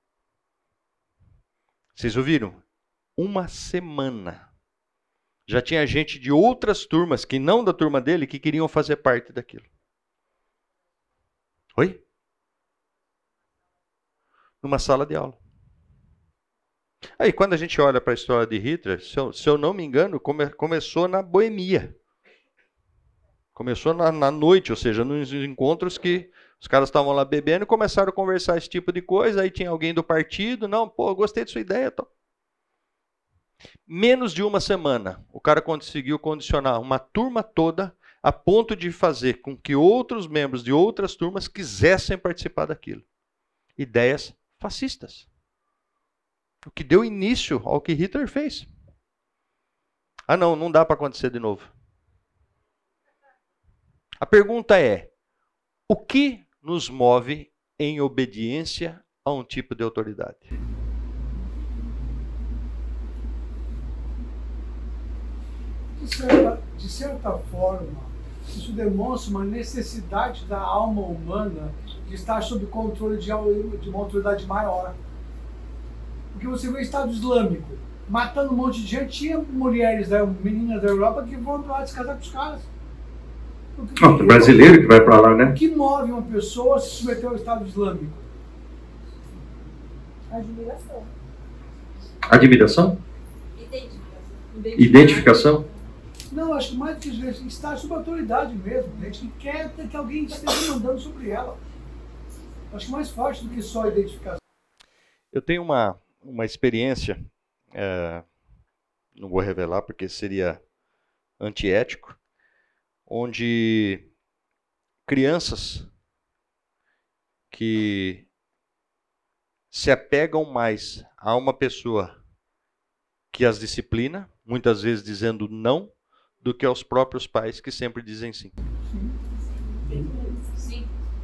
Vocês ouviram? Uma semana. Já tinha gente de outras turmas, que não da turma dele, que queriam fazer parte daquilo. Oi? Numa sala de aula. Aí, quando a gente olha para a história de Hitler, se eu não me engano, começou na boemia. Começou na noite, ou seja, nos encontros que os caras estavam lá bebendo e começaram a conversar esse tipo de coisa, aí tinha alguém do partido, não, pô, gostei de sua ideia. Tô. Menos de uma semana, o cara conseguiu condicionar uma turma toda a ponto de fazer com que outros membros de outras turmas quisessem participar daquilo. Ideias fascistas. O que deu início ao que Hitler fez. Ah, não dá para acontecer de novo. A pergunta é, o que nos move em obediência a um tipo de autoridade? De certa forma, isso demonstra uma necessidade da alma humana de estar sob controle de uma autoridade maior. Porque você vê o Estado Islâmico matando um monte de gente, tinha mulheres, meninas da Europa que vão para lá se casar com os caras. O brasileiro que vai para lá, né? O que move uma pessoa a se submeter ao Estado Islâmico? Admiração. Admiração? Identificação. Não, acho que mais do que isso, estar sob autoridade mesmo. Gente que quer que alguém esteja mandando sobre ela. Acho que mais forte do que só a identificação. Eu tenho uma experiência, não vou revelar porque seria antiético, onde crianças que se apegam mais a uma pessoa que as disciplina, muitas vezes dizendo não, do que aos próprios pais que sempre dizem sim. Sim.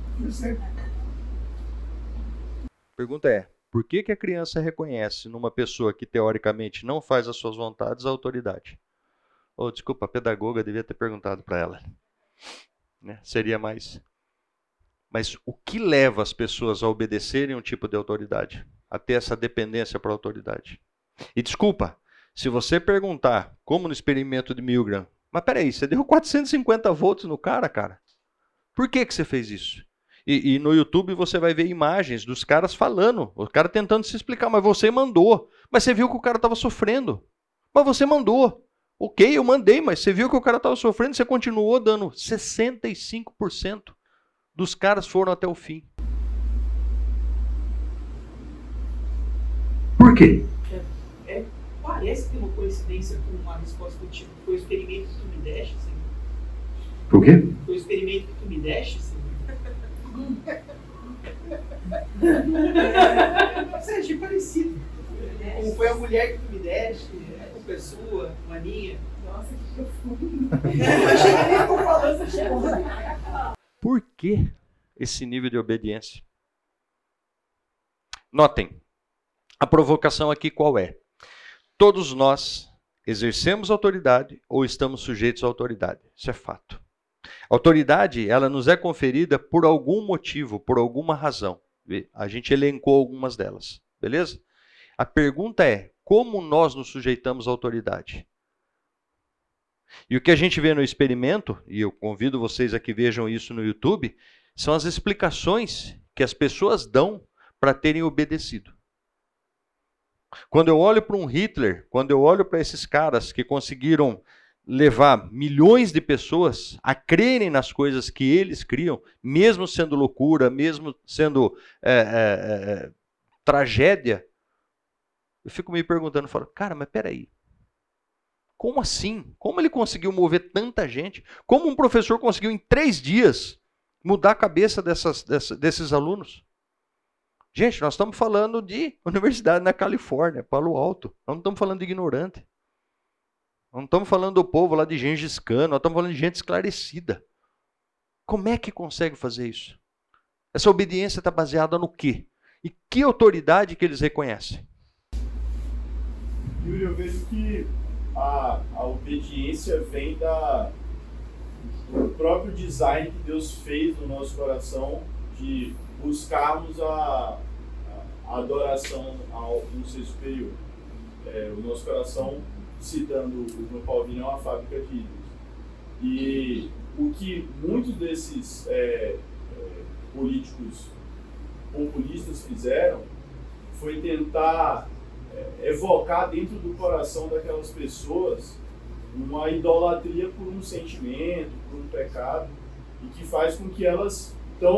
A pergunta é, por que a criança reconhece numa pessoa que teoricamente não faz as suas vontades a autoridade? Oh, desculpa, a pedagoga devia ter perguntado para ela. Né? Seria mais. Mas o que leva as pessoas a obedecerem um tipo de autoridade? A ter essa dependência para a autoridade? E desculpa, se você perguntar, como no experimento de Milgram, mas peraí, você deu 450 volts no cara? Por que você fez isso? E no YouTube você vai ver imagens dos caras falando, o cara tentando se explicar, mas você mandou. Mas você viu que o cara estava sofrendo. Mas você mandou. Ok, eu mandei, mas você viu que o cara estava sofrendo, você continuou dando. 65% dos caras foram até o fim. Por quê? Parece ter uma coincidência com uma resposta do tipo, foi o experimento que tu me deste, Senhor? Por quê? Foi o experimento que tu me deste, Senhor? Seja parecido. Como foi a mulher que tu me deste, a pessoa, uma maninha. Nossa, que profundo. Eu achei que nem tô falando. Por que esse nível de obediência? Notem, a provocação aqui qual é? Todos nós exercemos autoridade ou estamos sujeitos à autoridade. Isso é fato. A autoridade, ela nos é conferida por algum motivo, por alguma razão. A gente elencou algumas delas, beleza? A pergunta é, como nós nos sujeitamos à autoridade. E o que a gente vê no experimento, e eu convido vocês a que vejam isso no YouTube, são as explicações que as pessoas dão para terem obedecido. Quando eu olho para um Hitler, quando eu olho para esses caras que conseguiram levar milhões de pessoas a crerem nas coisas que eles criam, mesmo sendo loucura, mesmo sendo tragédia, eu fico me perguntando, falo, cara, mas peraí, como assim? Como ele conseguiu mover tanta gente? Como um professor conseguiu em 3 dias mudar a cabeça desses alunos? Gente, nós estamos falando de universidade na Califórnia, Palo Alto. Nós não estamos falando de ignorante. Nós não estamos falando do povo lá de Gengis Khan, nós estamos falando de gente esclarecida. Como é que consegue fazer isso? Essa obediência está baseada no quê? E que autoridade que eles reconhecem? Yuri, eu vejo que a obediência vem do próprio design que Deus fez no nosso coração de buscarmos a adoração ao um ser superior. O nosso coração, citando o João Paulinho, é uma fábrica de ídolos. E o que muitos desses políticos populistas fizeram foi tentar evocar dentro do coração daquelas pessoas uma idolatria por um sentimento, por um pecado, e que faz com que elas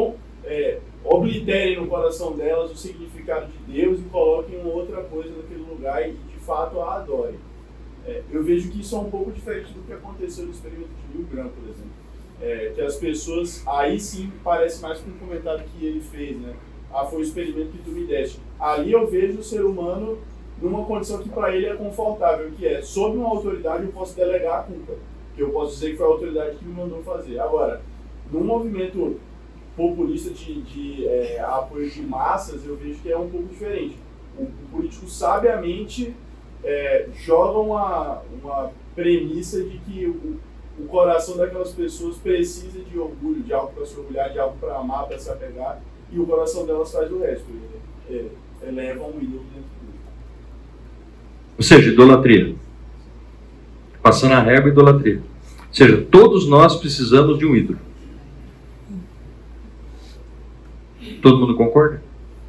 obliterem no coração delas o significado de Deus e coloquem outra coisa naquele lugar e de fato a adorem. Eu vejo que isso é um pouco diferente do que aconteceu no experimento de Rio Grande, por exemplo. Que as pessoas, aí sim parece mais com um comentário que ele fez, né? Foi o experimento que tu me deste. Ali eu vejo o ser humano numa condição que para ele é confortável, que é, sob uma autoridade eu posso delegar a culpa, que eu posso dizer que foi a autoridade que me mandou fazer. Agora, num movimento populista de apoio de massas, eu vejo que é um pouco diferente. O político sabiamente joga uma premissa de que o coração daquelas pessoas precisa de orgulho, de algo para se orgulhar, de algo para amar, para se apegar, e o coração delas faz o resto. Eleva um ídolo dentro dele. Ou seja, idolatria. Passando a régua, idolatria. Ou seja, todos nós precisamos de um ídolo. Todo mundo concorda?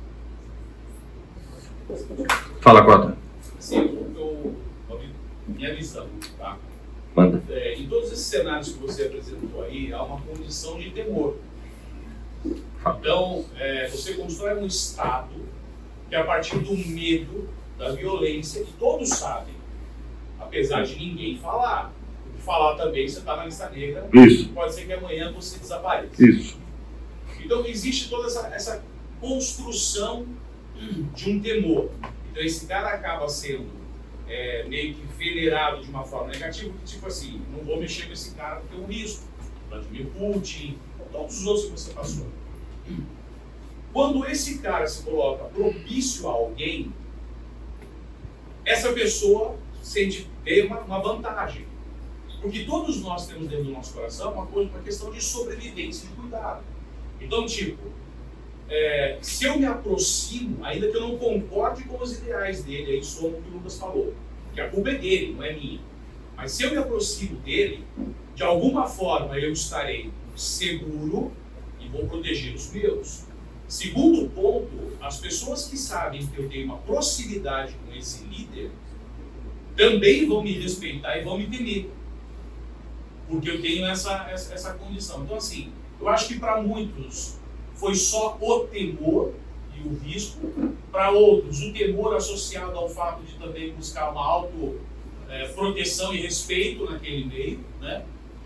Fala, Cota. Sim, minha visão, tá? Manda. Em todos esses cenários que você apresentou aí, há uma condição de temor. Então, você constrói um Estado que, a partir do medo, da violência, que todos sabem, apesar de ninguém falar. Porque falar também, você está na lista negra, Isso. Pode ser que amanhã você desapareça. Isso. Então, existe toda essa construção de um temor. Então, esse cara acaba sendo meio que venerado de uma forma negativa, porque, tipo assim, não vou mexer com esse cara porque é um risco. Vladimir Putin, todos os outros que você passou. Quando esse cara se coloca propício a alguém, essa pessoa sente ter uma vantagem. Porque todos nós temos dentro do nosso coração uma questão de sobrevivência e de cuidado. Então, tipo, se eu me aproximo, ainda que eu não concorde com os ideais dele, aí soma o que o Lucas falou, que a culpa é dele, não é minha. Mas se eu me aproximo dele, de alguma forma eu estarei seguro e vou proteger os meus. Segundo ponto, as pessoas que sabem que eu tenho uma proximidade com esse líder também vão me respeitar e vão me temer, porque eu tenho essa condição. Então, assim, eu acho que para muitos foi só o temor e o risco, para outros o temor associado ao fato de também buscar uma autoproteção e respeito naquele meio, né?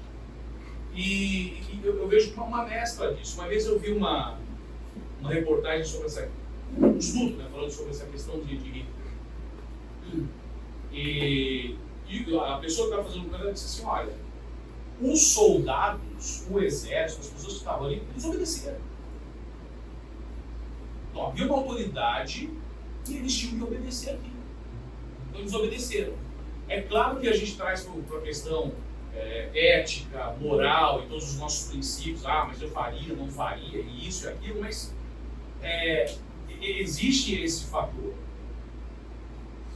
E eu vejo uma mescla disso. Uma vez eu vi uma reportagem sobre um estudo, né, falando sobre essa questão de Hitler. E a pessoa que estava fazendo o canal disse assim, olha, os soldados, o exército, as pessoas que estavam ali, eles obedeceram. Então, havia uma autoridade e eles tinham que obedecer aquilo. Então eles obedeceram. É claro que a gente traz para a questão ética, moral e todos os nossos princípios, mas eu faria, não faria, e isso e aquilo, mas existe esse fator.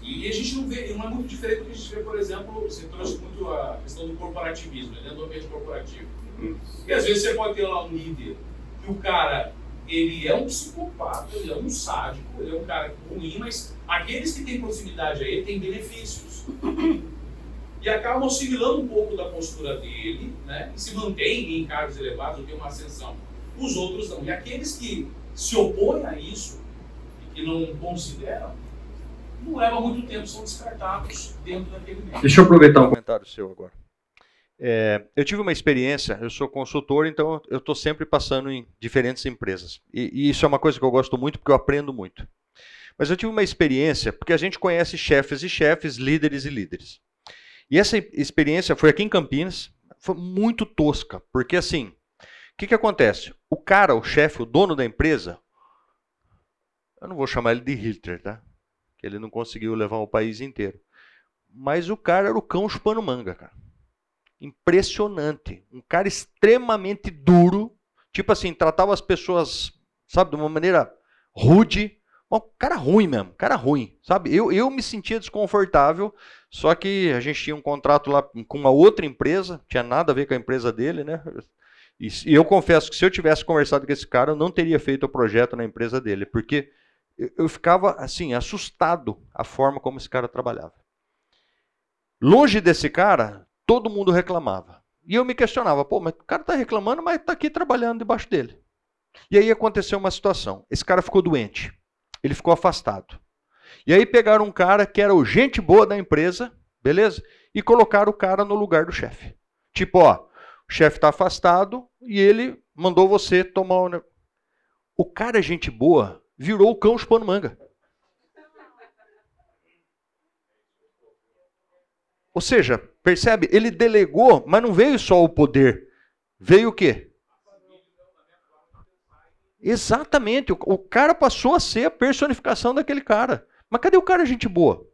E a gente não vê, não é muito diferente do que a gente vê, por exemplo, você trouxe muito a questão do corporativismo, né, dentro do ambiente corporativo. E às vezes você pode ter lá um líder que o cara, ele é um psicopata, ele é um sádico, ele é um cara ruim, mas aqueles que têm proximidade a ele têm benefícios. E acabam oscilando um pouco da postura dele, né, e se mantêm em cargos elevados, ou tem uma ascensão. Os outros não. E aqueles que se opõem a isso, e que não consideram, não leva muito tempo, são descartados dentro daquele meio. Deixa eu aproveitar um Comentário seu agora. Eu tive uma experiência, eu sou consultor, então eu estou sempre passando em diferentes empresas. E isso é uma coisa que eu gosto muito, porque eu aprendo muito. Mas eu tive uma experiência, porque a gente conhece chefes e chefes, líderes e líderes. E essa experiência foi aqui em Campinas, foi muito tosca, porque assim, o que acontece? O cara, o chefe, o dono da empresa, eu não vou chamar ele de Hitler, tá? Que ele não conseguiu levar o país inteiro. Mas o cara era o cão chupando manga, cara. Impressionante. Um cara extremamente duro. Tipo assim, tratava as pessoas, sabe, de uma maneira rude. Um cara ruim mesmo, cara ruim, sabe? Eu me sentia desconfortável, só que a gente tinha um contrato lá com uma outra empresa, tinha nada a ver com a empresa dele, né? E eu confesso que se eu tivesse conversado com esse cara, eu não teria feito o projeto na empresa dele, porque eu ficava, assim, assustado a forma como esse cara trabalhava. Longe desse cara, todo mundo reclamava. E eu me questionava, pô, mas o cara está reclamando, mas está aqui trabalhando debaixo dele. E aí aconteceu uma situação. Esse cara ficou doente. Ele ficou afastado. E aí pegaram um cara que era o gente boa da empresa, beleza? E colocaram o cara no lugar do chefe. Tipo, ó, o chefe está afastado e ele mandou você tomar... O cara, gente boa, virou o cão chupando manga. Ou seja, percebe? Ele delegou, mas não veio só o poder. Veio o quê? Exatamente. O cara passou a ser a personificação daquele cara. Mas cadê o cara, gente boa?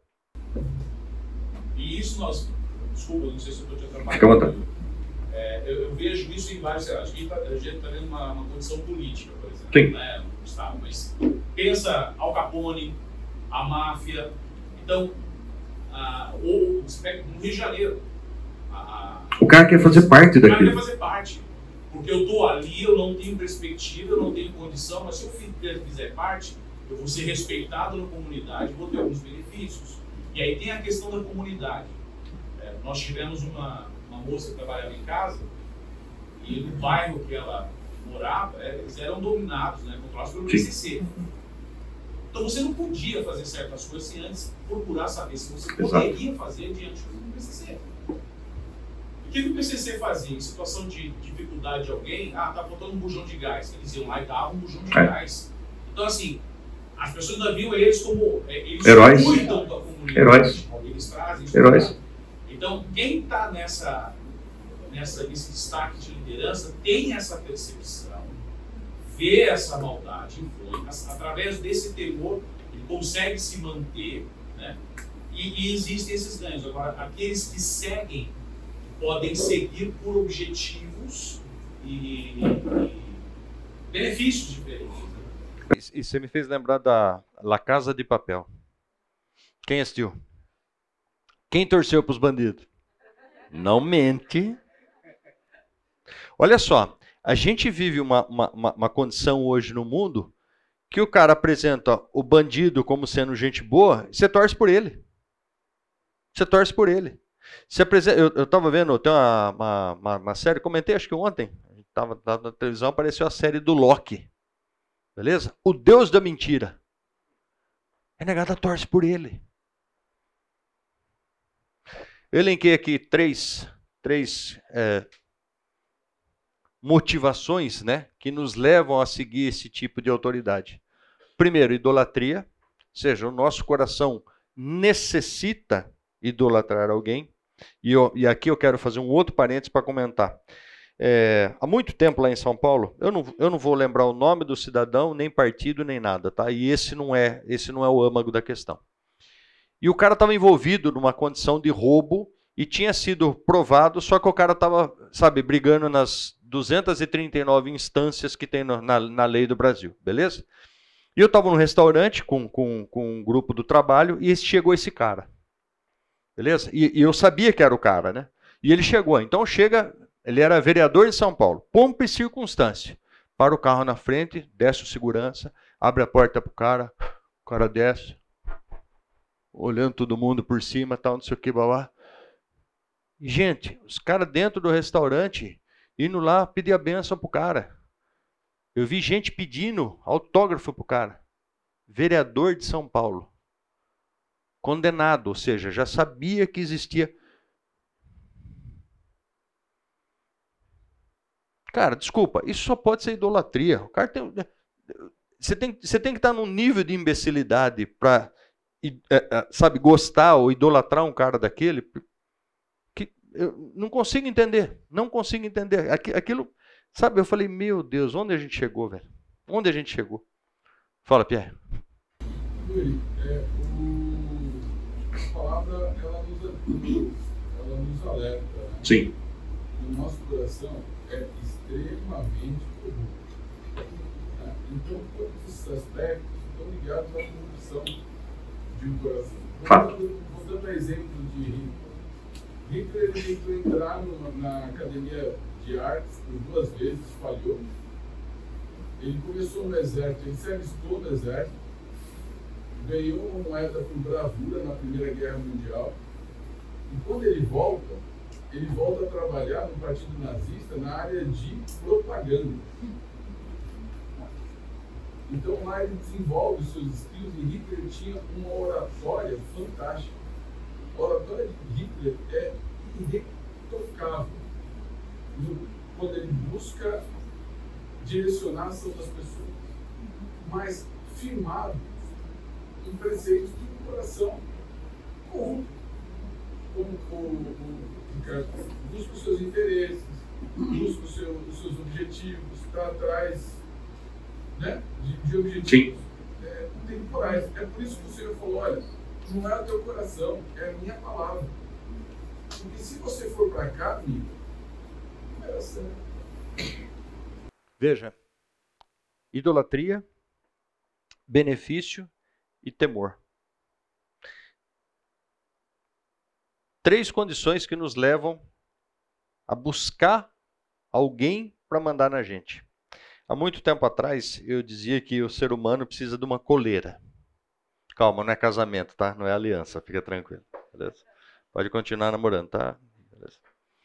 E isso nós... Desculpa, não sei se eu estou te atrapalhando. Fica à vontade. Eu vejo isso em vários... Acho que a gente está vendo uma condição política, por exemplo. Sim. Né, no Estado. Mas pensa Al Capone, a máfia. Então, no Rio de Janeiro. O cara quer fazer parte O cara daquilo. quer fazer parte. Porque eu estou ali, eu não tenho perspectiva, eu não tenho condição, mas se eu fizer parte, eu vou ser respeitado na comunidade, vou ter alguns benefícios. E aí tem a questão da comunidade. Nós tivemos uma moça que trabalhava em casa, e no bairro que ela morava, eles eram dominados, né, controlados pelo PCC. Então você não podia fazer certas coisas sem antes procurar saber se você poderia fazer diante do PCC. O que o PCC fazia? Em situação de dificuldade de alguém, tá faltando um bujão de gás. Eles iam lá e davam um bujão de gás. Então, assim, as pessoas ainda viam eles como... eles Heróis. cuidam da comunidade. Heróis. Eles trazem... Heróis. Então, quem está nesse destaque de liderança tem essa percepção, vê essa maldade, influência, através desse temor, ele consegue se manter, né? E existem esses ganhos. Agora, aqueles que seguem podem seguir por objetivos e benefícios diferentes. E você me fez lembrar da La Casa de Papel. Quem assistiu? Quem torceu para os bandidos? Não mente. Olha só, a gente vive uma condição hoje no mundo que o cara apresenta o bandido como sendo gente boa, e você torce por ele. Você torce por ele. Eu estava vendo, tem uma série, comentei acho que ontem, estava na televisão, apareceu a série do Loki. Beleza? O Deus da mentira. A negada torce por ele. Eu elenquei aqui três motivações, né, que nos levam a seguir esse tipo de autoridade. Primeiro, idolatria. Ou seja, o nosso coração necessita idolatrar alguém. E aqui eu quero fazer um outro parênteses para comentar. Há muito tempo lá em São Paulo, eu não vou lembrar o nome do cidadão, nem partido, nem nada, tá? E esse não é o âmago da questão. E o cara estava envolvido numa condição de roubo e tinha sido provado, só que o cara estava, brigando nas 239 instâncias que tem na lei do Brasil, beleza? E eu estava num restaurante com um grupo do trabalho e chegou esse cara. Beleza? E eu sabia que era o cara, né? E ele chegou. Então chega, ele era vereador de São Paulo. Pompa e circunstância. Para o carro na frente, desce o segurança, abre a porta pro cara, o cara desce, olhando todo mundo por cima, tal, não sei o que, babá. E, gente, os caras dentro do restaurante, indo lá pedir a benção pro cara. Eu vi gente pedindo autógrafo pro cara. Vereador de São Paulo. Condenado, ou seja, já sabia que existia. Cara, desculpa, isso só pode ser idolatria. O cara tem, você tem que estar num nível de imbecilidade para, sabe, gostar ou idolatrar um cara daquele que eu não consigo entender. Não consigo entender. Aquilo, sabe, eu falei, meu Deus, onde a gente chegou, velho? Onde a gente chegou? Fala, Pierre. Yuri, a palavra ela nos alerta, né? Sim. O nosso coração é extremamente corrupto. Né? Então, todos esses aspectos estão ligados à corrupção de um coração. Vou dar um exemplo de Hitler. Hitler ele tentou entrar na academia de artes por 2 vezes, falhou. Ele começou no exército, ele se alistou no exército, ganhou uma moeda por bravura na Primeira Guerra Mundial. E quando ele volta a trabalhar no Partido Nazista na área de propaganda. Então lá ele desenvolve os seus skills e Hitler tinha uma oratória fantástica. A oratória de Hitler é irretocável quando ele busca direcionar a ação das pessoas, mas firmado em preceitos de um coração corrupto, como o Ricardo busca os seus interesses, busca os seus objetivos, está atrás, né, de objetivos temporais. É por isso que o Senhor falou, olha, não é o teu coração, é a minha palavra. Porque se você for para cá, amigo, não era certo. Veja, idolatria, benefício e temor. 3 condições que nos levam a buscar alguém para mandar na gente. Há muito tempo atrás, eu dizia que o ser humano precisa de uma coleira. Calma, não é casamento, tá? Não é aliança, fica tranquilo. Beleza? Pode continuar namorando, tá? Beleza.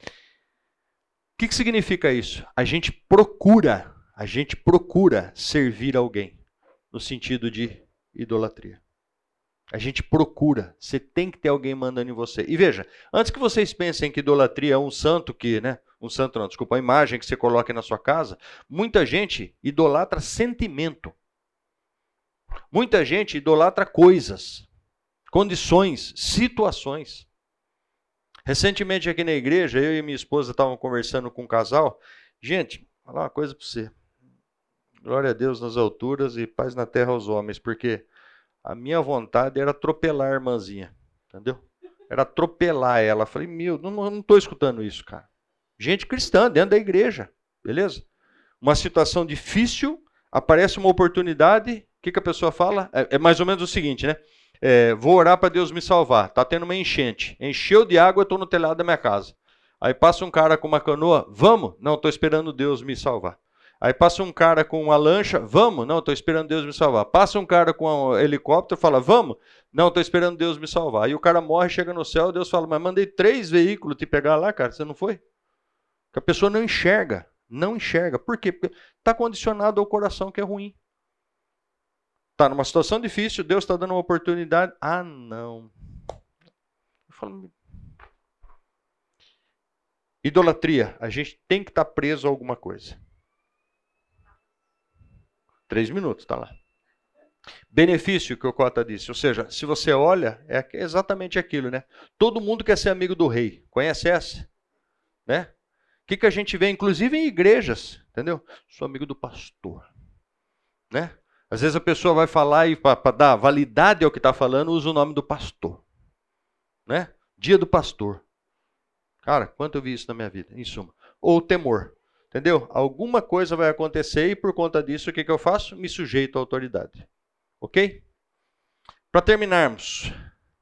O que significa isso? A gente procura servir alguém, no sentido de idolatria. A gente procura, você tem que ter alguém mandando em você. E veja, antes que vocês pensem que idolatria é um santo que, né? Um santo não, desculpa, a imagem que você coloca na sua casa, muita gente idolatra sentimento. Muita gente idolatra coisas, condições, situações. Recentemente aqui na igreja, eu e minha esposa estavam conversando com um casal. Gente, vou falar uma coisa para você. Glória a Deus nas alturas e paz na terra aos homens, porque a minha vontade era atropelar a irmãzinha, entendeu? Era atropelar ela. Falei, meu, não estou escutando isso, cara. Gente cristã, dentro da igreja, beleza? Uma situação difícil, aparece uma oportunidade, o que a pessoa fala? É mais ou menos o seguinte, né? Vou orar para Deus me salvar. Está tendo uma enchente. Encheu de água, eu estou no telhado da minha casa. Aí passa um cara com uma canoa, vamos? Não, estou esperando Deus me salvar. Aí passa um cara com uma lancha, vamos? Não, estou esperando Deus me salvar. Passa um cara com um helicóptero, fala, vamos? Não, estou esperando Deus me salvar. Aí o cara morre, chega no céu, Deus fala, mas mandei 3 veículos te pegar lá, cara, você não foi? Porque a pessoa não enxerga. Não enxerga. Por quê? Porque está condicionado ao coração que é ruim. Está numa situação difícil, Deus está dando uma oportunidade. Ah, não. Eu falo, idolatria. A gente tem que estar preso a alguma coisa. 3 minutos, está lá. Benefício, que o Cota disse. Ou seja, se você olha, é exatamente aquilo, né? Todo mundo quer ser amigo do rei. Conhece essa? Né? O que a gente vê, inclusive em igrejas, entendeu? Sou amigo do pastor. Né? Às vezes a pessoa vai falar e para dar validade ao que está falando, usa o nome do pastor. Né? Dia do pastor. Cara, quanto eu vi isso na minha vida, em suma. Ou temor. Entendeu? Alguma coisa vai acontecer e por conta disso, o que eu faço? Me sujeito à autoridade. Ok? Para terminarmos,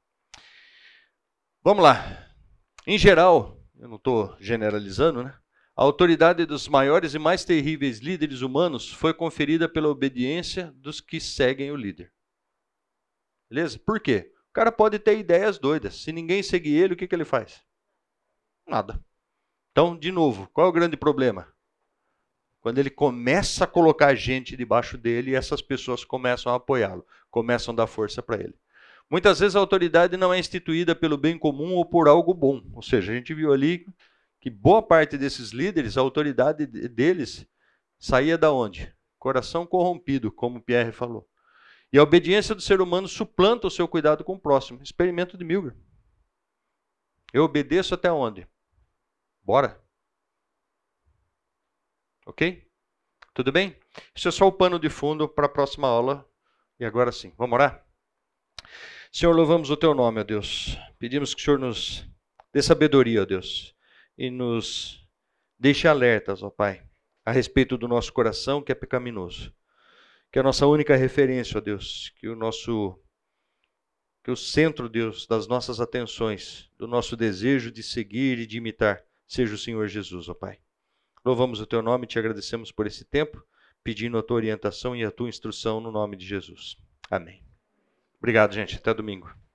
vamos lá. Em geral, eu não estou generalizando, né? A autoridade dos maiores e mais terríveis líderes humanos foi conferida pela obediência dos que seguem o líder. Beleza? Por quê? O cara pode ter ideias doidas. Se ninguém seguir ele, o que ele faz? Nada. Então, de novo, qual é o grande problema? Quando ele começa a colocar gente debaixo dele e essas pessoas começam a apoiá-lo, começam a dar força para ele. Muitas vezes a autoridade não é instituída pelo bem comum ou por algo bom. Ou seja, a gente viu ali que boa parte desses líderes, a autoridade deles saía da onde? Coração corrompido, como Pierre falou. E a obediência do ser humano suplanta o seu cuidado com o próximo. Experimento de Milgram. Eu obedeço até onde? Bora. Ok? Tudo bem? Isso é só o pano de fundo para a próxima aula. E agora sim, vamos orar? Senhor, louvamos o teu nome, ó Deus. Pedimos que o Senhor nos dê sabedoria, ó Deus. E nos deixe alertas, ó Pai, a respeito do nosso coração que é pecaminoso. Que a nossa única referência, ó Deus, que o centro, Deus, das nossas atenções, do nosso desejo de seguir e de imitar, seja o Senhor Jesus, ó Pai. Louvamos o teu nome e te agradecemos por esse tempo, pedindo a tua orientação e a tua instrução no nome de Jesus. Amém. Obrigado, gente. Até domingo.